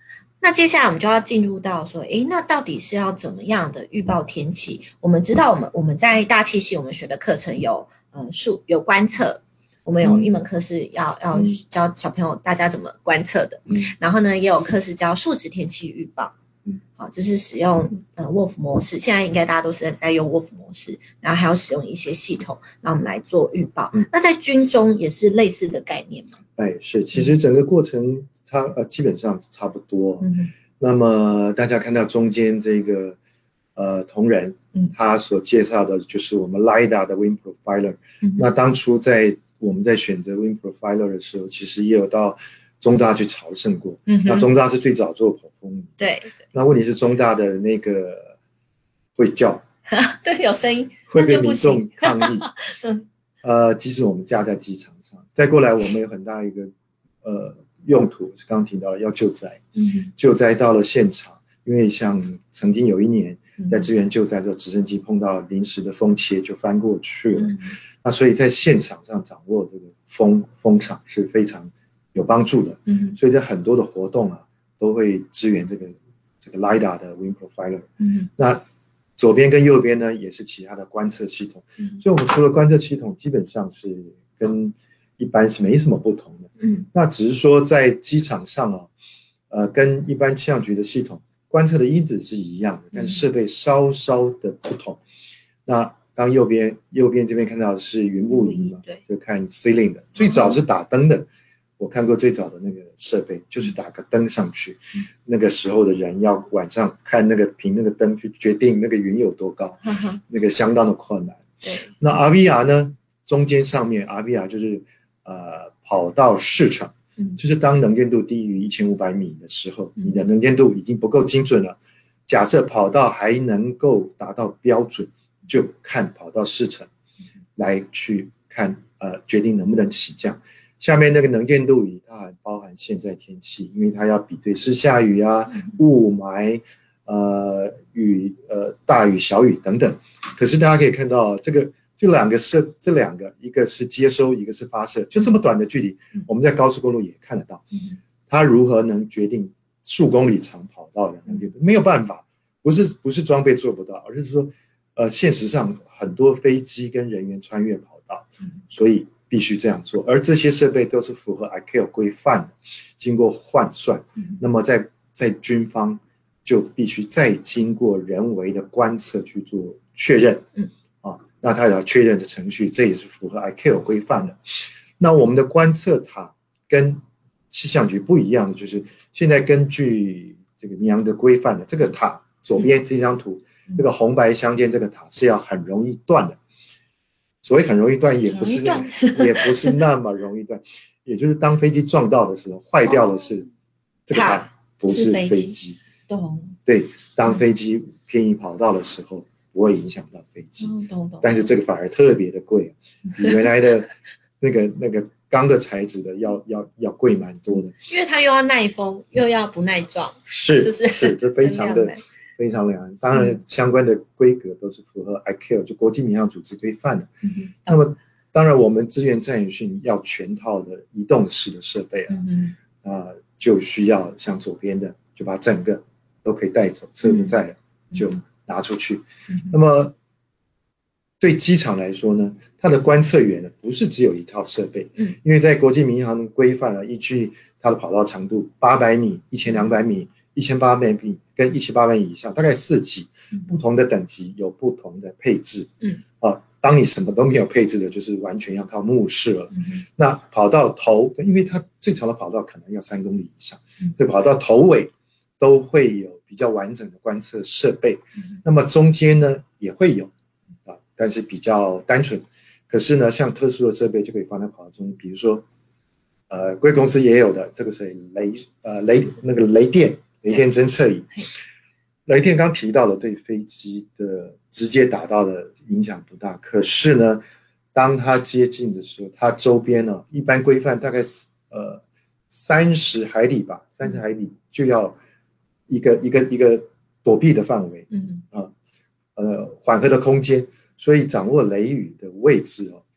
那接下来我们就要进入到说，诶，那到底是要怎么样的预报天气？我们知道我们我们在大气系我们学的课程有呃数有观测，我们有一门课是要、嗯、要教小朋友大家怎么观测的，嗯、然后呢也有课是教数值天气预报。嗯，好，就是使用呃 Wolf 模式，现在应该大家都是在用 Wolf 模式，然后还要使用一些系统，让我们来做预报。嗯、那在军中也是类似的概念吗？ 哎，是，其实整个过程差呃基本上差不多。嗯，那么大家看到中间这个呃同仁，嗯，他所介绍的就是我们 LiDAR 的 Wind Profiler。嗯，那当初在我们在选择 Wind Profiler 的时候，其实也有到中大去朝圣过。嗯，那中大是最早做跑风仪。 对。 那问题是中大的那个会叫， 对，有声音， 会被民众抗议。嗯，呃，即使我们架在机场上，再过来我们有很大一个呃用途是刚刚提到的要救灾。嗯，救灾到了现场，因为像曾经有一年在支援救灾的时候，直升机碰到临时的风切就翻过去了。嗯，那所以在现场上掌握这个风风场是非常有帮助的。嗯，所以在很多的活动啊都会支援这个。这个 LiDAR 的 Wind Profiler。嗯，那左边跟右边呢也是其他的观测系统。嗯，所以我们除了观测系统基本上是跟一般是没什么不同的。嗯，那只是说在机场上哦，呃，跟一般气象局的系统观测的因子是一样的，但是设备稍稍的不同。那刚右边右边这边看到的是云雾仪嘛，对，就看 ceiling 的，最早是打灯的。我看过最早的那个设备，就是打个灯上去，嗯、那个时候的人要晚上看那个凭那个灯去决定那个云有多高，嗯、那个相当的困难。对，那 R V R 呢，中间上面 R V R 就是呃跑道视场，嗯、就是当能见度低于一千五百米的时候，嗯、你的能见度已经不够精准了。假设跑道还能够达到标准，就看跑道视程来去看呃决定能不能起降。下面那个能见度仪，它还包含现在天气，因为它要比对是下雨啊、雾霾、呃雨、呃大雨、小雨等等。可是大家可以看到，这个这两个是这两个，一个是接收，一个是发射，就这么短的距离，我们在高速公路也看得到。它如何能决定数公里长跑道的能见度？没有办法，不是不是装备做不到，而是说，呃，现实上很多飞机跟人员穿越跑道，所以必须这样做，而这些设备都是符合 I C A O 规范的，经过换算，嗯、那么在在军方就必须再经过人为的观测去做确认，嗯，啊，那它有确认的程序，这也是符合 I C A O 规范的。那我们的观测塔跟气象局不一样的，就是现在根据这个民航的规范的这个塔，左边这张图，嗯、这个红白相间这个塔是要很容易断的。所谓很容易断，也不是那也不是那么容易断，也就是当飞机撞到的时候，坏掉的是、哦、这个塔，不是飞机。 懂？ 对，当飞机偏移跑道的时候，不会影响到飞机。 嗯、懂懂。 但是这个反而特别的贵，比原来的那个那个钢的材质的要要要贵蛮多的。 因为它又要耐风，又要不耐撞。 是， 就是是，这非常的。非常良好，当然相关的规格都是符合 I C A O 就国际民航组织规范的。嗯、那么当然我们支援战演训要全套的移动式的设备啊，嗯呃、就需要像左边的就把整个都可以带走，车子载了就拿出去。嗯、那么对机场来说呢，它的观测员呢不是只有一套设备，嗯、因为在国际民航规范啊，依据它的跑道长度八百米、一千两百米、一千八百米跟一千八百米以上，大概四级，不同的等级有不同的配置。嗯，啊，当你什么都没有配置的，就是完全要靠目视了。嗯、那跑道头，因为它最长的跑道可能要三公里以上，所以跑道头尾都会有比较完整的观测设备。嗯、那么中间呢也会有啊，但是比较单纯。可是呢，像特殊的设备就可以放在跑道中，比如说，呃，贵公司也有的，这个是雷呃雷那个雷电。雷电侦测仪，雷电刚提到的对飞机的直接打到的影响不大，可是呢，当它接近的时候，它周边呢，一般规范大概呃三十海里吧，三十海里就要一个一个一个躲避的范围，嗯啊呃缓和的空间，所以掌握雷雨的位置哦，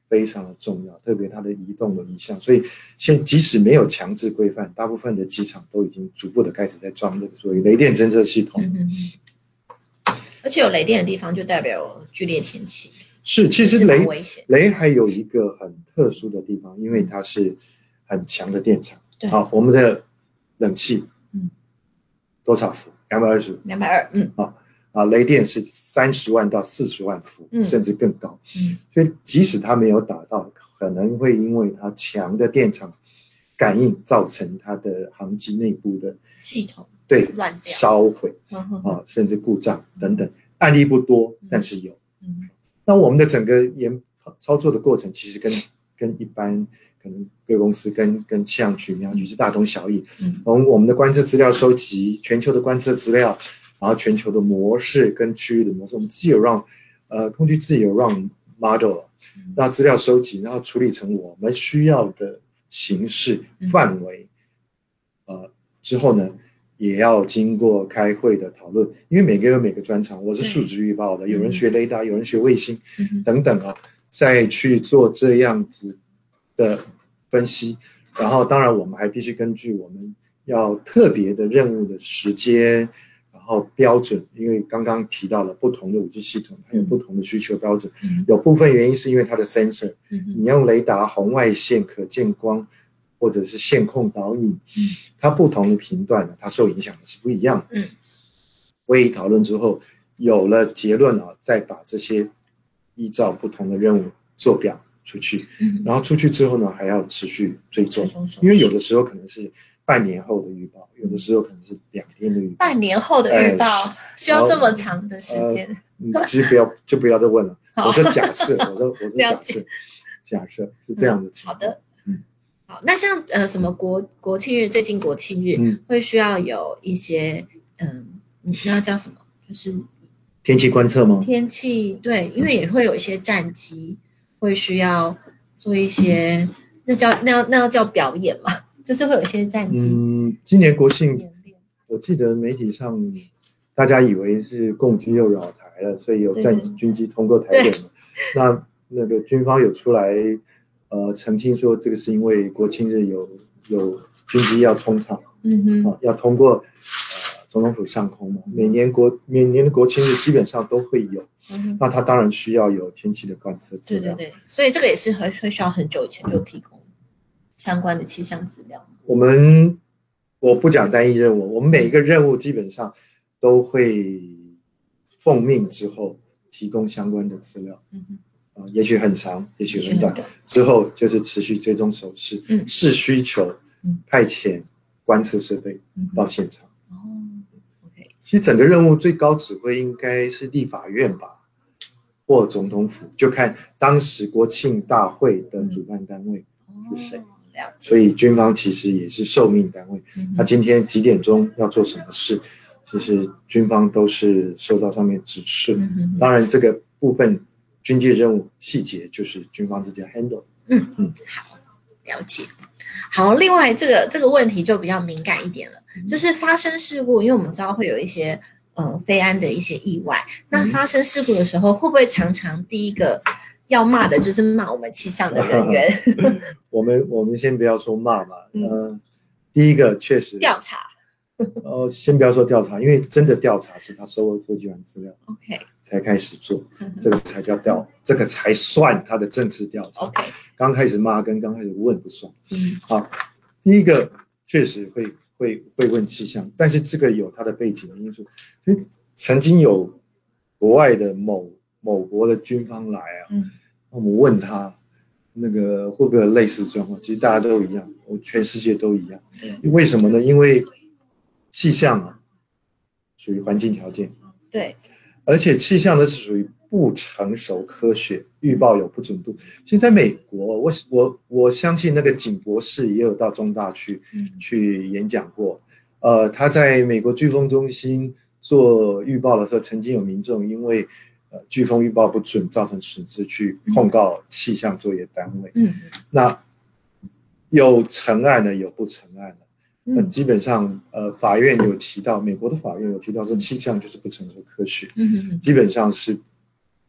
非常的重要，特别它的移动的移向，所以现即使没有强制规范，大部分的机场都已经逐步的开始在装这个所谓雷电侦测系统。 嗯嗯嗯，而且有雷电的地方就代表有剧烈天气。 是，其实雷危险雷还有一个很特殊的地方，因为它是很强的电场。 对， 好，我们的冷气， 嗯， 多少伏？两百二十， 两百二，嗯， 好啊，雷电是三十万到四十万伏， 嗯， 甚至更高。 嗯， 所以即使它没有打到，可能会因为它强的电场感应，造成它的航机内部的系统对乱掉、 烧毁啊，甚至故障等等，案例不多，但是有。 嗯， 那我们的整个研操作的过程，其实跟跟一般可能各个公司跟跟气象局、民航局是大同小异。 嗯， 从我们的观测资料收集，全球的观测资料，然后全球的模式跟区域的模式，我们自有让呃空军自有让 model， 让资料收集，然后处理成我们需要的形式范围，呃之后呢，也要经过开会的讨论，因为每个人有每个专长，我是数值预报的，有人学雷达，有人学卫星， 嗯， 等等啊，再去做这样子的分析，然后当然我们还必须根据我们要特别的任务的时间，然后标准，因为刚刚提到了不同的 五 G 系统，它有不同的需求标准， 嗯， 有部分原因是因为它的 sensor， 嗯， 你用雷达、红外线、可见光，或者是线控导引， 嗯， 它不同的频段呢，它受影响的是不一样的。 嗯， 会议讨论之后有了结论啊，再把这些依照不同的任务做表出去， 嗯， 然后出去之后呢，还要持续追踪， 追踪因为有的时候可能是半年后的预报，有的时候可能是两天的预报。 半年后的预报、呃、需要这么长的时间？ 呃、其实不要就不要再问了。我说假设，我说我说假设，假设是这样的情况。 嗯、好的。好，那像呃什么国国庆日，最近国庆日、 嗯、 会需要有一些嗯，那叫什么？就是天气观测吗？ 天气对，因为也会有一些战机会需要做一些，嗯、那叫那要那要叫表演嘛，就是会有一些战机。 嗯，今年国庆，我记得媒体上大家以为是共军又扰台了，所以有战军机通过台北嘛。那那个军方有出来。呃，澄清说这个是因为国庆日有有军机要冲场， 嗯哼， 啊，要通过呃总统府上空嘛。每年国每年的国庆日基本上都会有，嗯、那它当然需要有天气的观测资料。 对对对，所以这个也是会会需要很久以前就提供相关的气象资料。 我们我不讲单一任务，我们每一个任务基本上都会奉命之后提供相关的资料。嗯哼。呃、也许很长，也许很短，之后就是持续追踪手势，嗯，视需求，嗯，派遣观测设备到现场。 哦 ，OK。 其实整个任务最高指挥应该是立法院吧，或总统府，就看当时国庆大会的主办单位是谁。 哦，了解。 所以军方其实也是受命单位，嗯、他今天几点钟要做什么事，其实军方都是受到上面指示。嗯、当然这个部分。军机任务细节就是军方自己 handle。 嗯嗯，好，了解。好，另外这个这个问题就比较敏感一点了，嗯、就是发生事故，因为我们知道会有一些呃飞安的一些意外，那发生事故的时候，会不会常常第一个要骂的就是骂我们气象的人员？ 我们我们先不要说骂嘛，嗯、呃，第一个确实调查。 呃，先不要说调查，因为真的调查是他收收集完资料 ，OK， 才开始做，这个才叫调，这个才算他的正式调查。 OK， 刚开始骂跟刚开始问不算。 嗯， 好，第一个确实会会会问气象，但是这个有它的背景的因素，所以曾经有国外的某某国的军方来啊，嗯，我们问他那个会不会有类似状况，其实大家都一样，全世界都一样。为什么呢？因为气象啊，属于环境条件， 对， 而且气象呢是属于不成熟科学，预报有不准度。其实在美国，我我我相信那个景博士也有到中大去、嗯、去演讲过。呃，他在美国飓风中心做预报的时候，曾经有民众因为呃飓风预报不准造成损失，去控告气象作业单位。嗯，那有成案的，有不成案的。那基本上，呃，法院有提到，美国的法院有提到说，气象就是不成熟科学，嗯、基本上是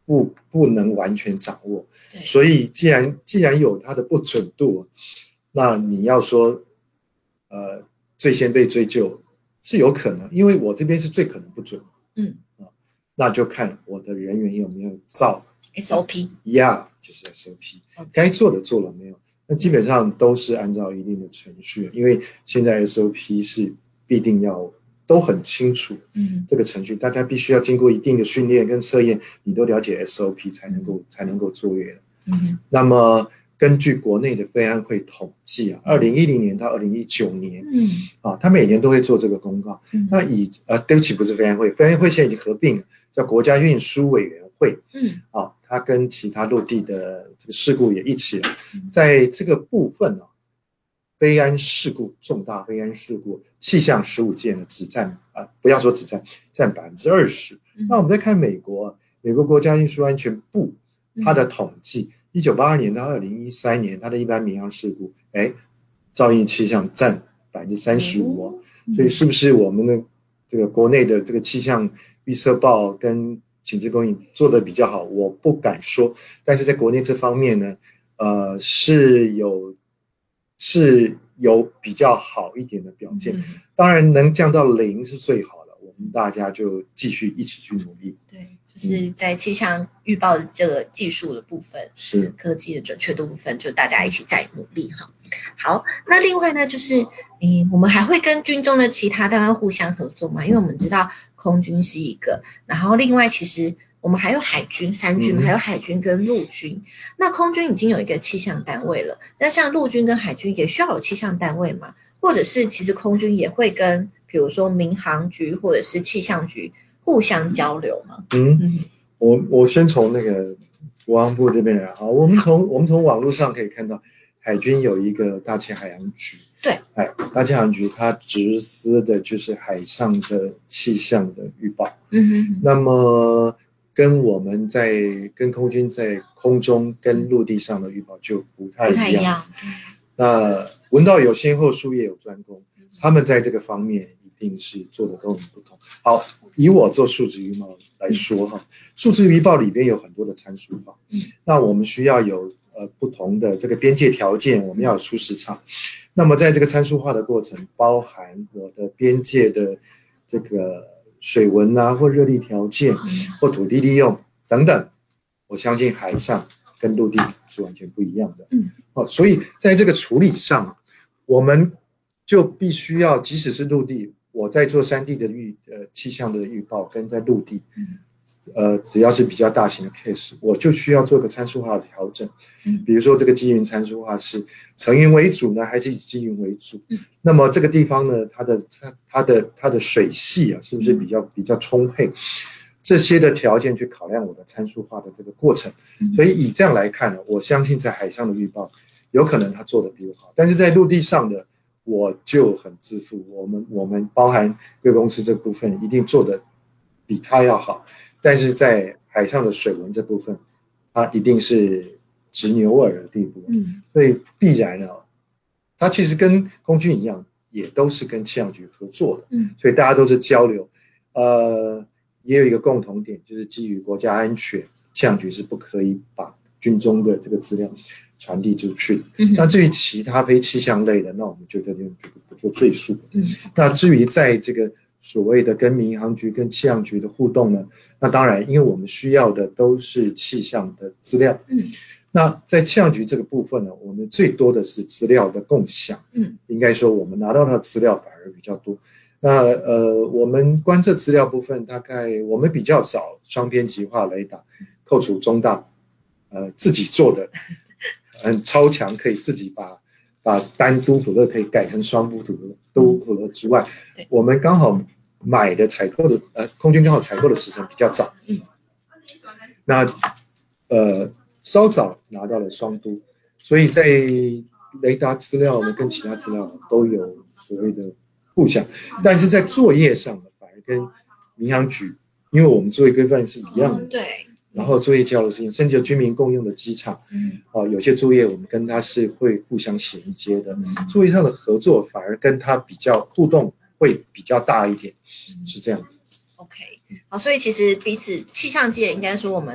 不不能完全掌握，所以既然既然有它的不准度，那你要说呃最先被追究是有可能，因为我这边是最可能不准， 嗯啊，那就看我的人员有没有照 S O P， 呀，就是 S O P， okay. 该做的做了没有？那基本上都是按照一定的程序，因为现在 S O P 是必定要都很清楚， 嗯， 这个程序大家必须要经过一定的训练跟测验，你都了解 S O P 才能够才能够作业的。 嗯， 那么根据国内的飞安会统计啊，二零一零年到二零一九年， 嗯， 啊，他每年都会做这个公告。 嗯， 那以呃，对不起，不是飞安会，飞安会现在已经合并了，叫国家运输委员会。 嗯， 啊，它跟其他陆地的这个事故也一起了，在这个部分啊，飞安事故重大飞安事故气象十五件呢，只占啊，不要说只占，占百分之二十。那我们再看美国，美国国家运输安全部它的统计。一九八二年到二零一三年，它的一般民航事故，哎，噪音气象占百分之三十五，所以是不是我们的这个国内的这个气象预测报跟请示供应做得比较好？我不敢说，但是在国内这方面呢，呃，是有是有比较好一点的表现。嗯、当然，能降到零是最好的，我们大家就继续一起去努力。 对。就是在气象预报的这个技术的部分， 是科技的准确度部分，就大家一起在努力哈。好，那另外呢，就是嗯，我们还会跟军中的其他单位互相合作嘛，因为我们知道空军是一个，然后另外其实我们还有海军三军嘛，嗯、还有海军跟陆军。那空军已经有一个气象单位了，那像陆军跟海军也需要有气象单位嘛？或者是其实空军也会跟比如说民航局或者是气象局互相交流吗？ 嗯，嗯我我先从那个国防部这边来啊，我们从我们从网络上可以看到，海军有一个大气海洋局， 对， 哎，大气海洋局它直司的就是海上的气象的预报， 嗯哼， 那么跟我们在跟空军在空中跟陆地上的预报就不太一样， 不太一样。 那文道有先后，术业有专攻，他们在这个方面一定是做的跟我们不同。好，以我做数值预报来说哈，数值预报里边有很多的参数化，嗯，那我们需要有呃不同的这个边界条件，我们要有出时场。那么在这个参数化的过程，包含我的边界的这个水文啊，或热力条件，或土地利用等等，我相信海上跟陆地是完全不一样的，嗯，哦，所以在这个处理上，我们就必须要，即使是陆地，我在做山地的预呃气象的预报，跟在陆地，嗯，呃，只要是比较大型的 case， 我就需要做个参数化的调整，嗯，比如说这个积云参数化是层云为主呢，还是以积云为主？嗯，那么这个地方呢，它的它它的它的水系啊，是不是比较比较充沛？这些的条件去考量我的参数化的这个过程，所以以这样来看呢，我相信在海上的预报有可能他做的比我好，但是在陆地上的我就很自负，我们我们包含贵公司这部分一定做的比他要好，但是在海上的水文这部分，它一定是直牛耳的地步，嗯，所以必然呢，它其实跟空军一样，也都是跟气象局合作的，嗯，所以大家都是交流，呃。也有一个共同点，就是基于国家安全，气象局是不可以把军中的这个资料传递出去的。嗯、那至于其他非气象类的，那我们就在这边不做赘述。嗯，那至于在这个所谓的跟民航局、跟气象局的互动呢，那当然，因为我们需要的都是气象的资料。嗯，那在气象局这个部分呢，我们最多的是资料的共享。嗯，应该说我们拿到的资料反而比较多。那呃，我们观测资料部分，大概我们比较早双边极化雷达，扣除中大，呃，自己做的很超强，可以自己把把单都普勒可以改成双都普勒，都普勒之外，我们刚好买的采购的呃，空军刚好采购的时程比较早，嗯，那呃稍早拿到了双都，所以在雷达资料呢跟其他资料都有所谓的互相，但是在作业上呢，反而跟民航局，因为我们作业规范是一样的， 嗯、对。 然后作业交流事情，甚至有军民共用的机场，嗯，哦，有些作业我们跟他是会互相衔接的，嗯、作业上的合作反而跟他比较互动会比较大一点，嗯、是这样的。 OK， 好，所以其实彼此气象界应该说我们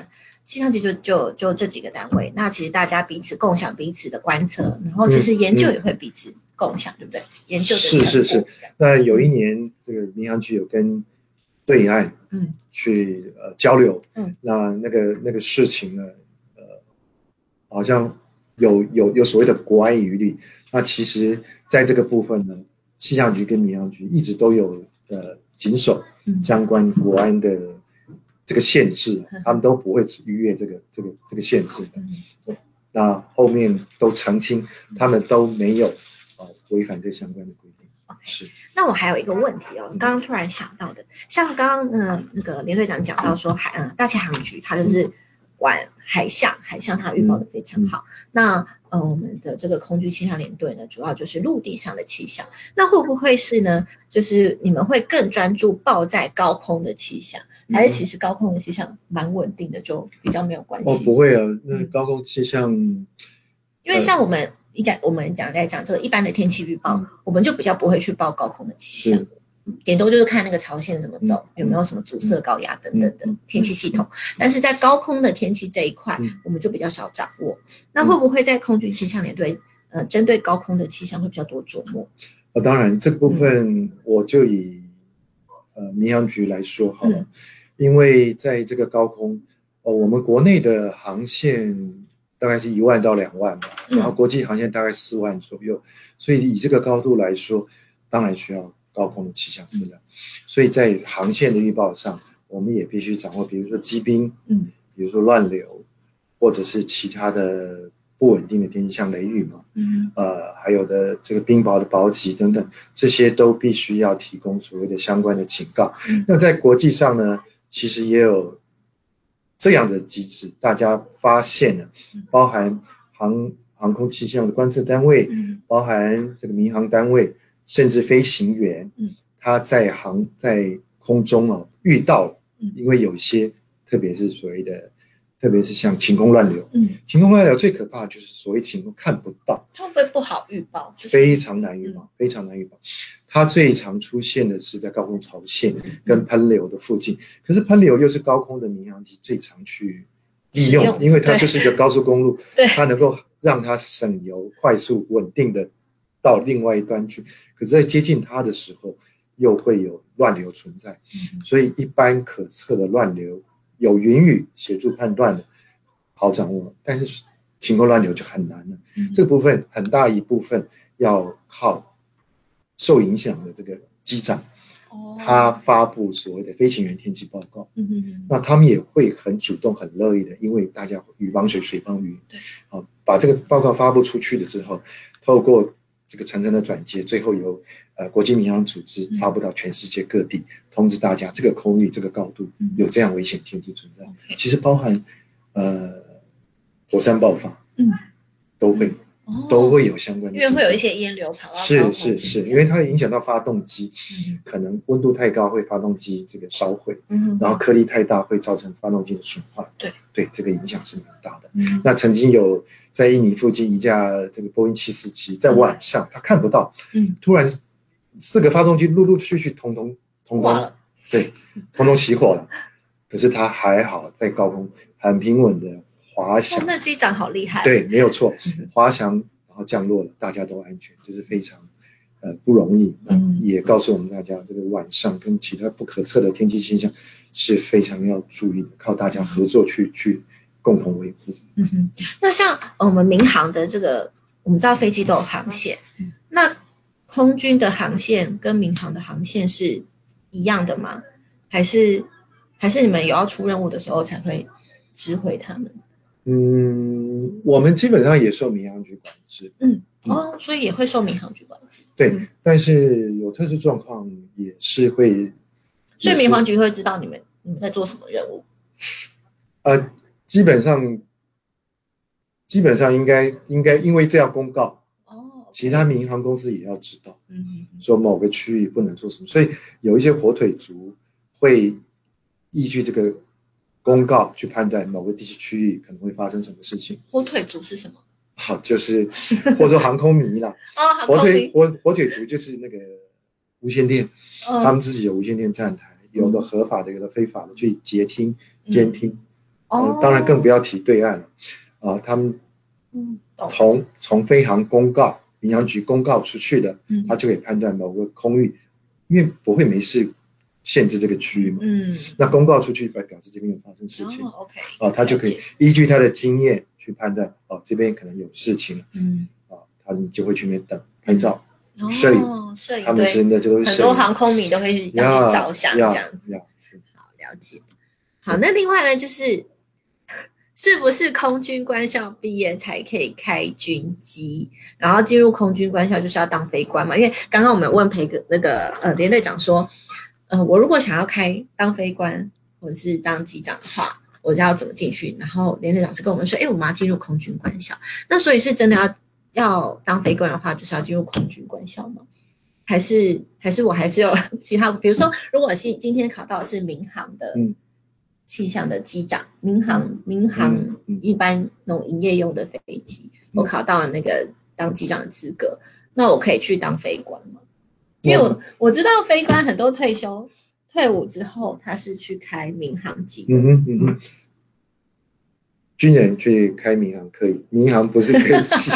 气象局就就就这几个单位，那其实大家彼此共享彼此的观测，然后其实研究也会彼此共享，嗯、对不对？研究的成果是是是。那有一年，这个民航局有跟对岸嗯去呃交流，嗯，那那个那个事情呢，呃，好像有有有所谓的国安疑虑。那其实在这个部分呢，气象局跟民航局一直都有呃谨守相关国安的这个限制，嗯、他们都不会逾越这个这个这个限制的。嗯、那后面都澄清，他们都没有呃违反这相关的规定。是。 那我还有一个问题哦，刚刚突然想到的，像刚刚嗯那个连队长讲到说海嗯大气航局它就是管海象，海象它预报的非常好。嗯、那呃我们的这个空军气象联队呢，主要就是陆地上的气象。那会不会是呢？就是你们会更专注报在高空的气象，还是其实高空的气象蛮稳定的，就比较没有关系？ 哦，不会啊，那高空气象，嗯、 因为像我们。一般我们讲在讲这个一般的天气预报，嗯、我们就比较不会去报高空的气象，顶多就是看那个潮线怎么走，嗯、有没有什么阻塞、高压等等的天气系统。嗯、但是在高空的天气这一块，嗯、我们就比较少掌握。那会不会在空军气象联队，呃，针对高空的气象会比较多琢磨？ 哦，当然，这个部分我就以、嗯、呃民航局来说好了，嗯、因为在这个高空，哦，我们国内的航线大概是一万到两万吧，然后国际航线大概四万左右，所以以这个高度来说，当然需要高空的气象资料。所以在航线的预报上，我们也必须掌握，比如说机冰，嗯，比如说乱流，或者是其他的不稳定的天气，像雷雨嘛，嗯，呃，还有的这个冰雹的雹击等等，这些都必须要提供所谓的相关的警告。嗯、那在国际上呢，其实也有这样的机制，大家发现了，包含航航空气象的观测单位，嗯、包含这个民航单位，甚至飞行员，嗯、他在航在空中啊遇到，因为有些特别是所谓的，特别是像晴空乱流，嗯、晴空乱流最可怕的就是所谓晴空看不到， 它会不会不好预报？就是、 非常难预报，嗯、非常难预报。它最常出现的是在高空潮线跟喷流的附近，可是喷流又是高空的民航机最常去利用，因为它就是一个高速公路，它能够让它省油、快速、稳定的到另外一端去。可是，在接近它的时候，又会有乱流存在，嗯、所以一般可测的乱流有云雨协助判断的好掌握，但是晴空乱流就很难了。嗯、这个部分很大一部分要靠受影响的这个机长，哦、他发布所谓的飞行员天气报告，嗯哼哼，那他们也会很主动、很乐意的，因为大家鱼帮水，水帮鱼，对，好，把这个报告发布出去了之后，透过这个层层的转接，最后由呃国际民航组织发布到全世界各地，嗯、通知大家这个空域、这个高度有这样危险天气存在。嗯、其实包含呃火山爆发，嗯，都会。哦、都会有相关的， 因为会有一些烟流跑到是是是，因为它会影响到发动机，嗯、可能温度太高会发动机这个烧毁，嗯、然后颗粒太大会造成发动机的损坏， 对对，这个影响是蛮大的。嗯、那曾经有在印尼附近一架这个波音七四七，在晚上它看不到，嗯、突然四个发动机陆陆续续通通通通，对，通通起火了，可是它还好在高空很平稳的滑翔，哦、 那机长好厉害。 对，没有错，滑翔然后降落了，大家都安全，这是非常呃不容易。那也告诉我们大家，这个晚上跟其他不可测的天气现象是非常要注意的，靠大家合作去去共同维护。 嗯哼，那像我们民航的这个，我们知道飞机都有航线，嗯、那空军的航线跟民航的航线是一样的吗？还是还是你们有要出任务的时候才会指挥他们？ 嗯，我们基本上也受民航局管制。 嗯，哦，所以也会受民航局管制。 对， 嗯、 但是有特殊状况也是会。 所以民航局会知道你们你们在做什么任务？ 呃，基本上基本上应该应该因为这样公告，哦，其他民航公司也要知道，嗯，说某个区域不能做什么，所以有一些火腿族会依据这个公告去判断某个地区区域可能会发生什么事情。 火腿族是什么？ 好，就是或者说航空迷啦。 哦，航空迷。 火腿火火腿族就是那个无线电，嗯、他们自己有无线电站台，有的合法的，有的非法的，去截听、监听。 哦， 呃、当然更不要提对岸了啊、呃，他们从从飞航公告、民航局公告出去的， 嗯， 他就可以判断某个空域，因为不会没事限制这个区域嘛。 嗯， 那公告出去表表示这边有发生事情， 哦 OK， 啊、呃，他就可以依据他的经验去判断，哦、呃，这边可能有事情， 嗯， 啊、呃，他们就会去那边等拍照。 嗯、 摄影， 哦，摄影， 他们是那这都是很多航空迷都会要去照相这样子。好，了解。好，那另外呢，就是是不是空军官校毕业才可以开军机？然后进入空军官校就是要当飞官嘛？因为刚刚我们问培哥那个呃连队长说，呃，我如果想要开当飞官或者是当机长的话，我要怎么进去？然后连队长是跟我们说，哎，我们要进入空军官校。那所以是真的要要当飞官的话，就是要进入空军官校吗？还是还是我还是有其他，比如说，如果是今天考到的是民航的气象的机长，民航民航一般那种营业用的飞机，我考到了那个当机长的资格，那我可以去当飞官吗？因为我我知道飞官很多退休退伍之后，他是去开民航机的。 嗯哼嗯哼，军人去开民航可以，民航不是可以去。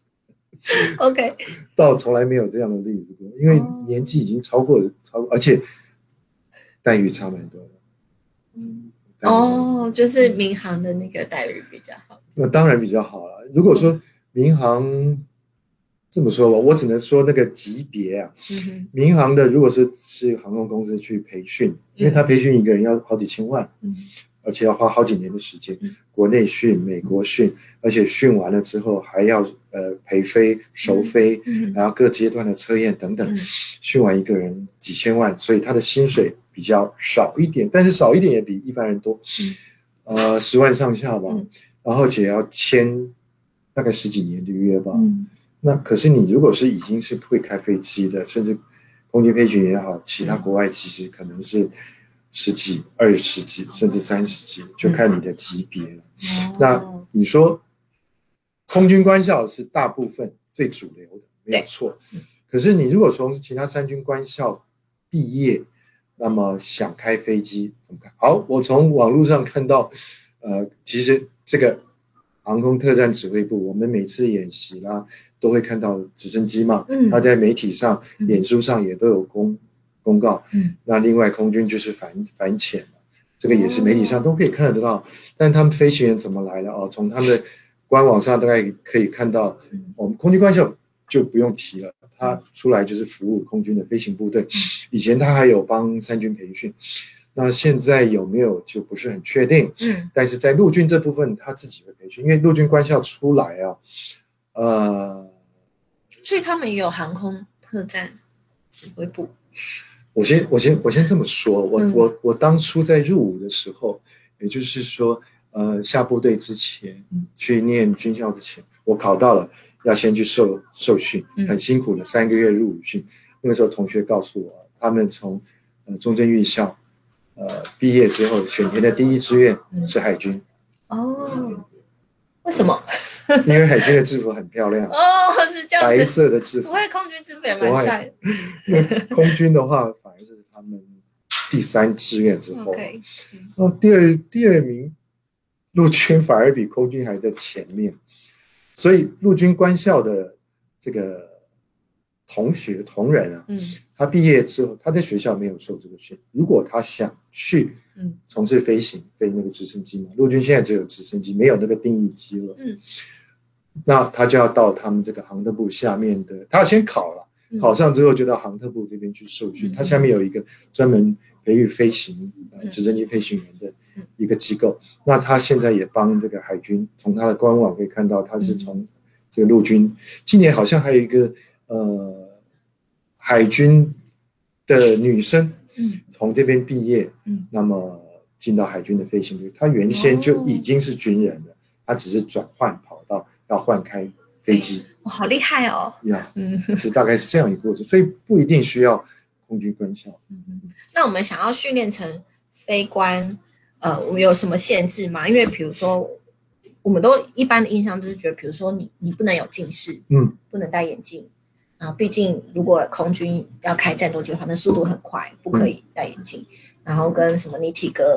OK， 倒从来没有这样的例子过，因为年纪已经超过超过，而且待遇差蛮多的。 嗯，哦，就是民航的那个待遇比较好。 那当然比较好了。如果说民航这么说吧，我只能说那个级别啊，嗯、民航的如果是是航空公司去培训，因为他培训一个人要好几千万，嗯、而且要花好几年的时间，嗯、国内训、美国训，而且训完了之后还要呃陪飞、熟飞，嗯、然后各阶段的测验等等，嗯、训完一个人几千万，所以他的薪水比较少一点，但是少一点也比一般人多，嗯、呃十万上下吧，嗯、然后且要签大概十几年的约吧。嗯，那可是你如果是已经是会开飞机的，甚至空军飞行员也好，其他国外其实可能是十几、二十几，甚至三十几，就看你的级别了。嗯、那你说空军官校是大部分最主流的，没有错。可是你如果从其他三军官校毕业，那么想开飞机怎么看？好，我从网络上看到，呃，其实这个航空特战指挥部，我们每次演习啦，都会看到直升机嘛，嗯、它在媒体上、嗯、脸书上也都有公公告。嗯、那另外空军就是反反潜嘛，这个也是媒体上都可以看得到。哦、但他们飞行员怎么来的哦？从他们的官网上大概可以看到，嗯、我们空军官校就不用提了，他出来就是服务空军的飞行部队。嗯、以前他还有帮三军培训。那现在有没有就不是很确定，嗯，但是在陆军这部分他自己会培训，因为陆军官校出来啊，呃， 所以他们也有航空特战指挥部。 我先我先我先这么说，我、嗯、我我当初在入伍的时候，也就是说，呃，下部队之前，嗯、去念军校之前，我考到了，要先去受受训，很辛苦的三个月入伍训。那个时候同学告诉我，他们从呃中正预校。呃，毕业之后选填的第一志愿是海军。 嗯、哦，为什么？ 因为海军的制服很漂亮。 哦，是这样子。 白色的制服。 不会，空军制服也蛮帅的。 因为空军的话，反而是他们第三志愿之后。Okay. 哦，第二第二名，陆军反而比空军还在前面，所以陆军官校的这个同学同仁啊，嗯、他毕业之后，他在学校没有受这个训。如果他想去从事飞行，飞那个直升机嘛，陆军现在只有直升机，没有那个定翼机了。嗯、那他就要到他们这个航特部下面的，他要先考了，嗯、考上之后就到航特部这边去受训。嗯、他下面有一个专门培育飞行、呃、直升机飞行员的一个机构。嗯、那他现在也帮这个海军，从他的官网可以看到，他是从这个陆军。今年好像还有一个。呃，海军的女生，嗯，从这边毕业，嗯，那么进到海军的飞行队，她原先就已经是军人了，她只是转换跑道，要换开飞机。 哇，好厉害哦！ 呀，嗯，是大概是这样一个过程，所以不一定需要空军官校。 嗯，那我们想要训练成飞官，呃，我们有什么限制吗？因为比如说。我们都一般的印象就是觉得，比如说你你不能有近视，嗯，不能戴眼镜啊。毕竟如果空军要开战斗机的话，那速度很快，不可以戴眼镜。嗯、然后跟什么你体格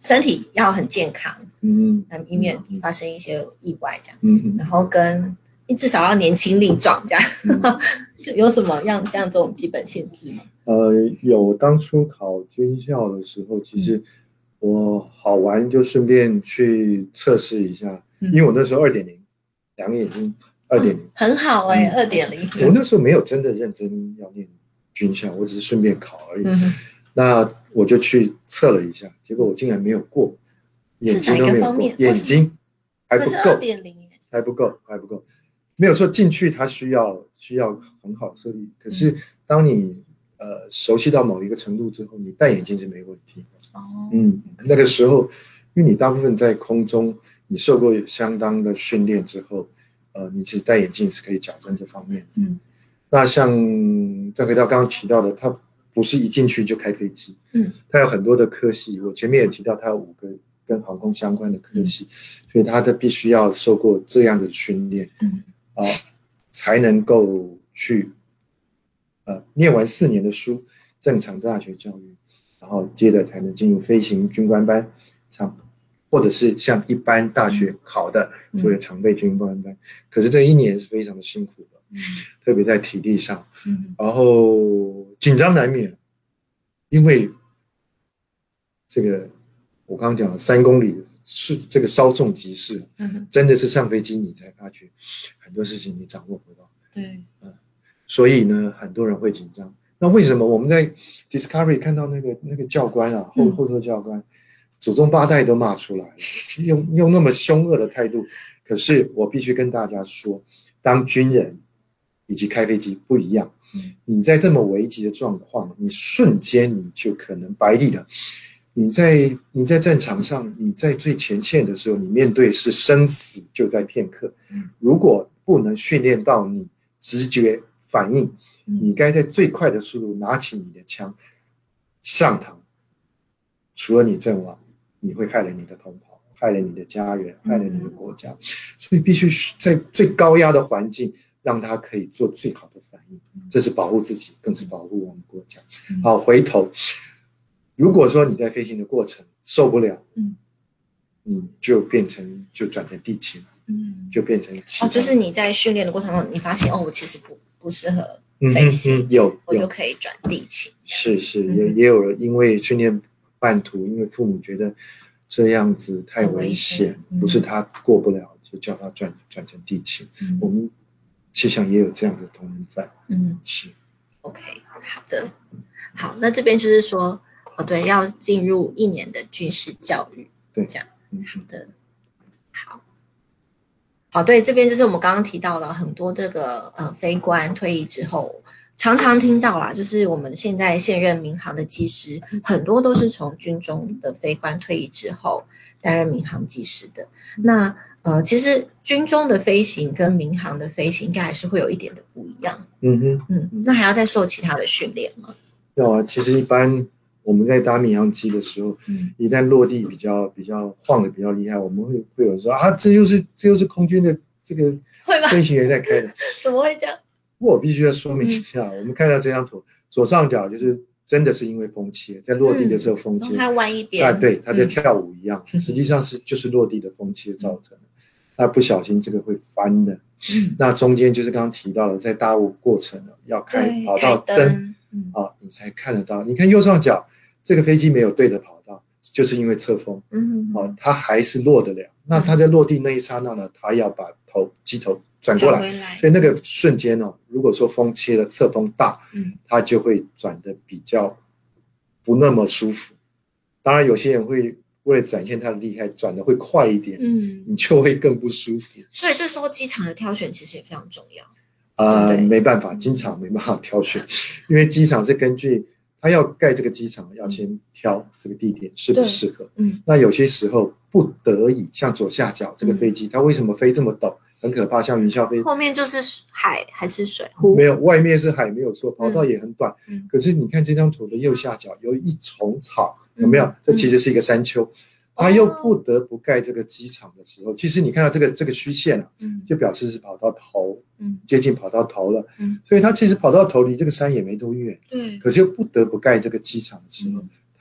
身体要很健康， 嗯， 以免发生一些意外这样， 嗯， 然后跟至少要年轻力壮这样，嗯、就有什么样这样这种基本限制吗？ 呃，有当初考军校的时候，其实我好玩就顺便去测试一下，嗯、因为我那时候二点零，两个眼睛二点零， 很好哎、欸，二点零。 我那时候没有真的认真要念军校，我只是顺便考而已。嗯、那我就去测了一下，结果我竟然没有过，眼睛都没有过，眼睛还不够，还不够，还不够。没有说进去它需要需要很好设立，可是当你呃熟悉到某一个程度之后，你戴眼镜是没问题的。哦，嗯，那个时候，因为你大部分在空中，你受过相当的训练之后，呃，你其实戴眼镜是可以矫正这方面的。嗯，那像再回到刚刚提到的，它不是一进去就开飞机，嗯，它有很多的科系，我前面也提到它有五个跟航空相关的科系，嗯、所以它的必须要受过这样的训练。嗯。啊、呃，才能够去呃念完四年的书，正常的大学教育，然后接着才能进入飞行军官班，像或者是像一般大学考的所谓常备军官班。嗯、可是这一年是非常的辛苦的，嗯、特别在体力上，嗯、然后紧张难免，因为这个我刚刚讲了三公里是这个稍纵即逝，嗯、真的是上飞机你才发觉很多事情你掌握不到。 对， 嗯，所以呢，很多人会紧张。那为什么我们在 Discovery 看到那个那个教官啊，后后座教官，祖宗八代都骂出来了，用用那么凶恶的态度。可是我必须跟大家说，当军人以及开飞机不一样。你在这么危急的状况，你瞬间你就可能白历了。你在你在战场上，你在最前线的时候，你面对是生死就在片刻。如果不能训练到你直觉反应，你该在最快的速度拿起你的枪上膛，除了你阵亡，你会害了你的同袍，害了你的家人，害了你的国家，所以必须在最高压的环境让他可以做最好的反应，这是保护自己，更是保护我们国家。好，回头如果说你在飞行的过程受不了，嗯，你就变成就转成地勤，嗯，就变成哦，就是你在训练的过程中，你发现哦，我其实不不适合飞行， 嗯嗯、有我就可以转地勤。 是是，也、嗯、也有人因为训练半途，因为父母觉得这样子太危险，嗯、不是他过不了，就叫他转转成地勤。嗯、我们气象也有这样的同仁在，嗯，是。 OK， 好的，好，那这边就是说。哦，对，要进入一年的军事教育， 对， 这样，好的，好，好，对，这边就是我们刚刚提到了很多这个呃飞官退役之后，常常听到啦，就是我们现在现任民航的机师，很多都是从军中的飞官退役之后担任民航机师的。那呃，其实军中的飞行跟民航的飞行应该还是会有一点的不一样。 嗯哼， 嗯，那还要再受其他的训练吗？ 要啊，其实一般。我们在搭民航机的时候，嗯、一旦落地比较比较晃的比较厉害，我们会会有人说啊，这又是这又是空军的这个飞行员在开的， 怎么会这样？ 不过我必须要说明一下，嗯、我们看到这张图，左上角就是真的是因为风切，在落地的时候风切， 它弯一边， 啊，对，它在跳舞一样，嗯、实际上是就是落地的风切造成的，那不小心这个会翻的，嗯、那中间就是刚刚提到的，在搭务过程要开跑道灯，嗯、啊，你才看得到。你看右上角。这个飞机没有对着跑道，就是因为侧风，嗯，哦，它还是落得了。那它在落地那一刹那呢，它要把头机头转过来， 来所以那个瞬间哦，如果说风切的侧风大，嗯，它就会转得比较不那么舒服。当然，有些人会为了展现它的厉害，转得会快一点，嗯，你就会更不舒服。 所以这时候机场的挑选其实也非常重要。 呃，没办法，机场没办法挑选，因为机场是根据。他要盖这个机场，要先挑这个地点适不适合。嗯，那有些时候不得已，像左下角这个飞机，嗯、它为什么飞这么陡，很可怕？像云霄飞， 后面就是海还是水？ 没有，外面是海，没有错，跑道也很短。嗯、可是你看这张图的右下角有一丛草，有没有？嗯、这其实是一个山丘。他又不得不盖这个机场的时候，其实你看到这个这个虚线啊，嗯、就表示是跑到头，嗯、接近跑到头了，嗯、所以它其实跑到头离这个山也没多远，对。可是又不得不盖这个机场的时候，嗯、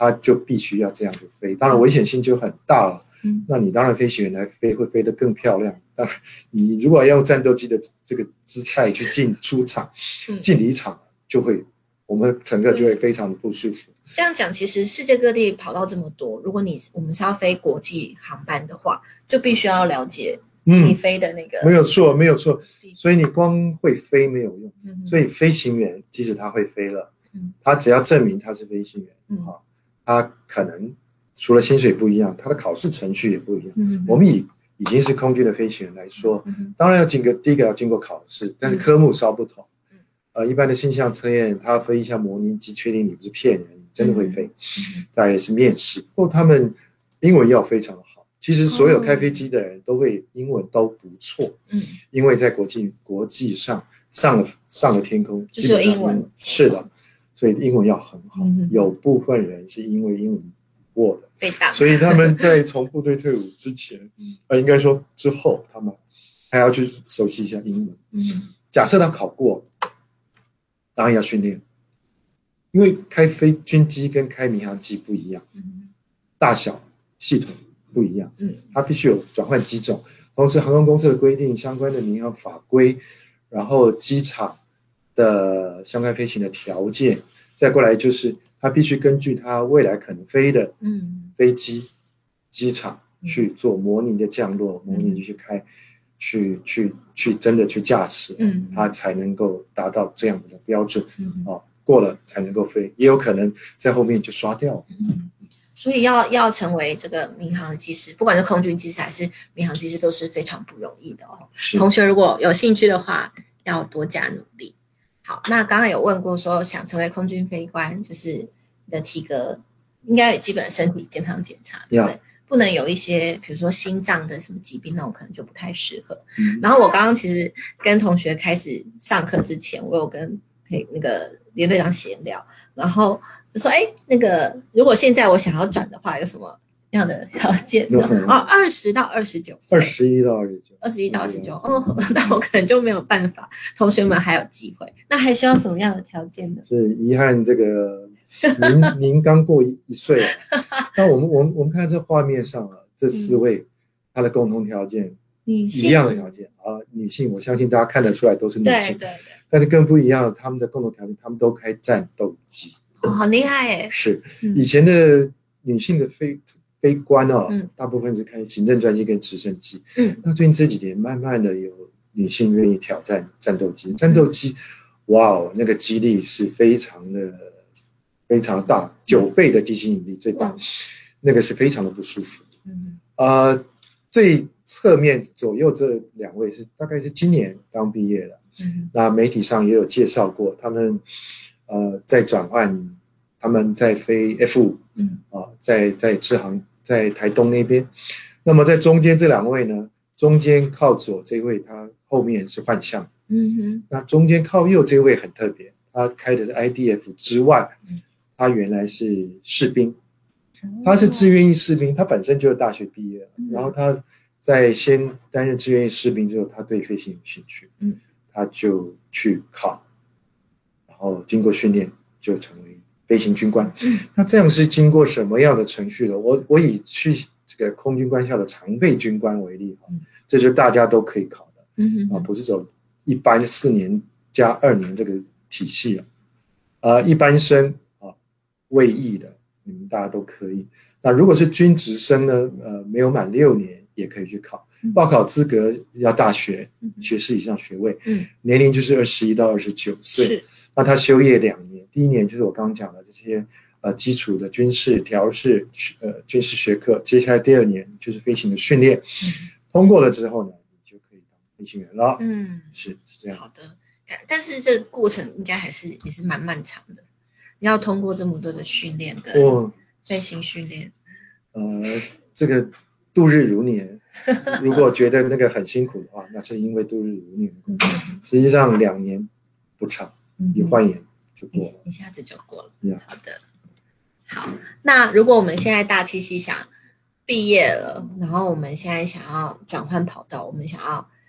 他就必须要这样子飞，当然危险性就很大了。 嗯， 那你当然飞行员来飞会飞得更漂亮。当然，你如果要用战斗机的这个姿态去进出场、进离场，就会我们乘客就会非常的不舒服。 这样讲，其实世界各地跑道这么多，如果你我们是要飞国际航班的话，就必须要了解你飞的那个、 嗯、没有错，没有错。所以你光会飞没有用， 嗯、 所以飞行员即使他会飞了，嗯、他只要证明他是飞行员，嗯、他可能除了薪水不一样，他的考试程序也不一样。嗯、我们以已经是空军的飞行员来说，嗯、当然要经过第一个要经过考试，但是科目稍不同。嗯、呃，一般的性向测验，他飞一下模拟机，确定你不是骗人，你真的会飞。嗯、大概是面试，不过他们英文要非常好。其实所有开飞机的人都会英文都不错，嗯，因为在国际国际上上了上了天空， 就是有英文， 是的，所以英文要很好。嗯、有部分人是因为英文不过的， 被打， 所以他们在从部队退伍之前，呃，应该说之后，他们还要去熟悉一下英文。嗯，假设他考过，当然要训练，因为开飞军机跟开民航机不一样，嗯、大小系统不一样，嗯，它必须有转换机种，同时航空公司的规定、相关的民航法规，然后机场的相关飞行的条件，再过来就是它必须根据它未来可能飞的飞机、机场去做模拟的降落，模拟去开，去去去真的去驾驶，嗯，它才能够达到这样的标准，嗯，哦，过了才能够飞，也有可能在后面就刷掉，嗯。 所以要要成为这个民航的机师，不管是空军机师还是民航机师，都是非常不容易的哦。同学如果有兴趣的话，要多加努力。好，那刚刚有问过说想成为空军飞官，就是你的体格应该有基本的身体健康检查，对不对？ Yeah. 不能有一些比如说心脏的什么疾病，那种可能就不太适合。嗯、然后我刚刚其实跟同学开始上课之前，我有跟那个连队长闲聊，然后就说，哎，那个如果现在我想要转的话，有什么样的条件呢？哦，二十到二十九岁， 二十一到二十九， 二十一到二十九，哦，那我可能就没有办法。同学们还有机会，那还需要什么样的条件呢？ 是遗憾，这个您您刚过一一岁啊。那我们我们我们看这画面上啊，这四位他的共同条件，一样的条件啊，女性，我相信大家看得出来都是女性， 对对对。 但是更不一样，他们的共同条件，他们都开战斗机。 哦，好厉害耶！ 是，嗯、以前的女性的飞飞官哦，嗯、大部分是开行政专机跟直升机。嗯，那最近这几年，慢慢的有女性愿意挑战战斗机。战斗机，哇哦，那个机力是非常的非常大，九倍的地心引力最大，嗯、那个是非常的不舒服。嗯，呃，最侧面左右这两位是大概是今年刚毕业的。嗯，那媒体上也有介绍过，他们呃在转换，他们在飞 F 五，嗯啊，在在支航在台东那边。那么在中间这两位呢，中间靠左这位他后面是幻象，嗯哼，那中间靠右这位很特别，他开的是 I D F 之外，他原来是士兵，他是志愿役士兵，他本身就是大学毕业了，嗯、然后他在先担任志愿役士兵之后，他对飞行有兴趣，嗯。他就去考，然后经过训练就成为飞行军官。嗯、那这样是经过什么样的程序呢？我我以去这个空军官校的常备军官为例，嗯、这就是大家都可以考的，嗯、啊，不是走一般四年加二年这个体系啊。呃，一般生啊，卫役的，你们大家都可以。那如果是军职生呢？呃，没有满六年也可以去考。报考资格要大学、嗯、学士以上学位，嗯、年龄就是二十一到二十九岁。那他修业两年，第一年就是我刚刚讲的这些呃基础的军事调试呃军事学科，接下来第二年就是飞行的训练。嗯、通过了之后呢，你就可以当飞行员了。嗯，是是这样。 好的，但是这个过程应该还是也是蛮漫长的，你要通过这么多的训练跟飞行训练。 呃，这个度日如年。如果觉得那个很辛苦的话，那是因为度日如年。实际上两年不长，一换眼就过了， 一下子就过了。 Yeah. 好的，好。那如果我们现在大七系想毕业了，然后我们现在想要转换跑道，我们想要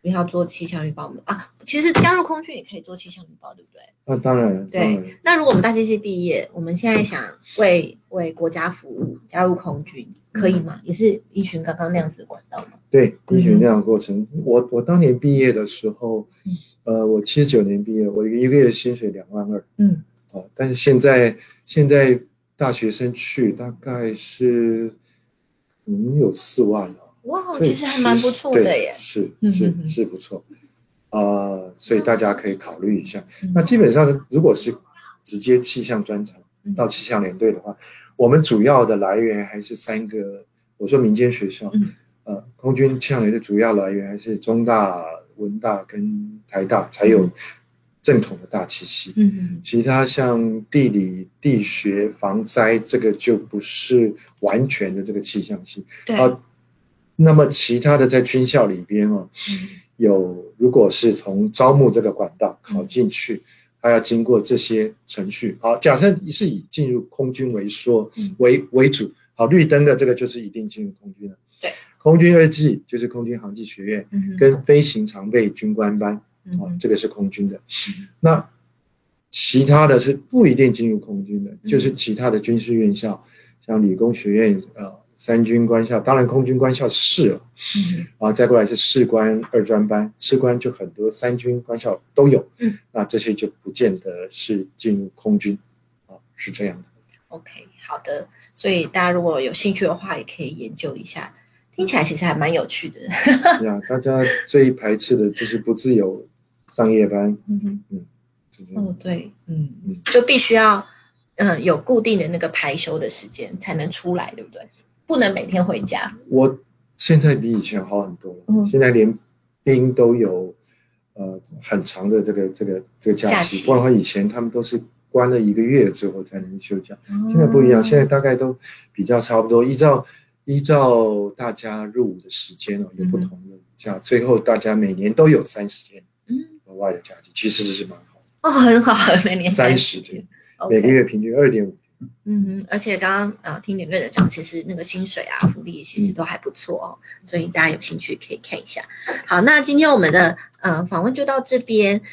要做气象预报啊。其实加入空军也可以做气象预报，对不对？ 啊，当然， 对。 当然那如果我们大机系毕业，我们现在想为为国家服务，加入空军，可以吗？也是依循刚刚那样子的管道吗？ 对，依循那样的过程。嗯、我我当年毕业的时候，嗯、呃，我七十九年毕业，我一个月薪水两万二，嗯，啊，但是现在现在大学生去大概是嗯有四万了。 哇，其实还蛮不错的耶。 是是是不错，呃，所以大家可以考虑一下。嗯、那基本上，如果是直接气象专长到气象联队的话，嗯、我们主要的来源还是三个。我说民间学校，嗯、呃，空军气象联队主要来源还是中大、文大跟台大，才有正统的大气系。嗯、其他像地理、地学、防灾，这个就不是完全的这个气象系。 对。 呃那么其他的在军校里边哦，嗯、有如果是从招募这个管道考进去，还、嗯、要经过这些程序。好，假设是以进入空军为说、嗯、为为主，好，绿灯的这个就是一定进入空军了。 对， 空军二技就是空军航技学院、嗯、跟飞行常备军官班，嗯、哦，这个是空军的。嗯、那其他的是不一定进入空军的，嗯、就是其他的军事院校，像理工学院，呃。三军官校，当然空军官校是了，嗯，啊，再过来是士官二专班，士官就很多三军官校都有，嗯，那这些就不见得是进入空军，啊，是这样的。 OK， 好的，所以大家如果有兴趣的话，也可以研究一下，听起来其实还蛮有趣的。 呀，大家最排斥的就是不自由上夜班，嗯嗯，是这样。哦，对，嗯嗯，就必须要嗯有固定的那个排休的时间才能出来，对不对？不能每天回家。 我现在比以前好很多了，嗯、现在连兵都有呃很长的这个这个这个假期，不然以前他们都是关了一个月之后才能休假，嗯、现在不一样，现在大概都比较差不多，依照依照大家入伍的时间哦，有不同的假，嗯、最后大家每年都有三十天额外的假期，其实这是蛮好的哦，很好，每年三十天，每个月平均二点五。 嗯哼，而且刚刚呃听连队长讲，其实那个薪水啊、福利其实都还不错哦，嗯、所以大家有兴趣可以看一下。好，那今天我们的呃访问就到这边。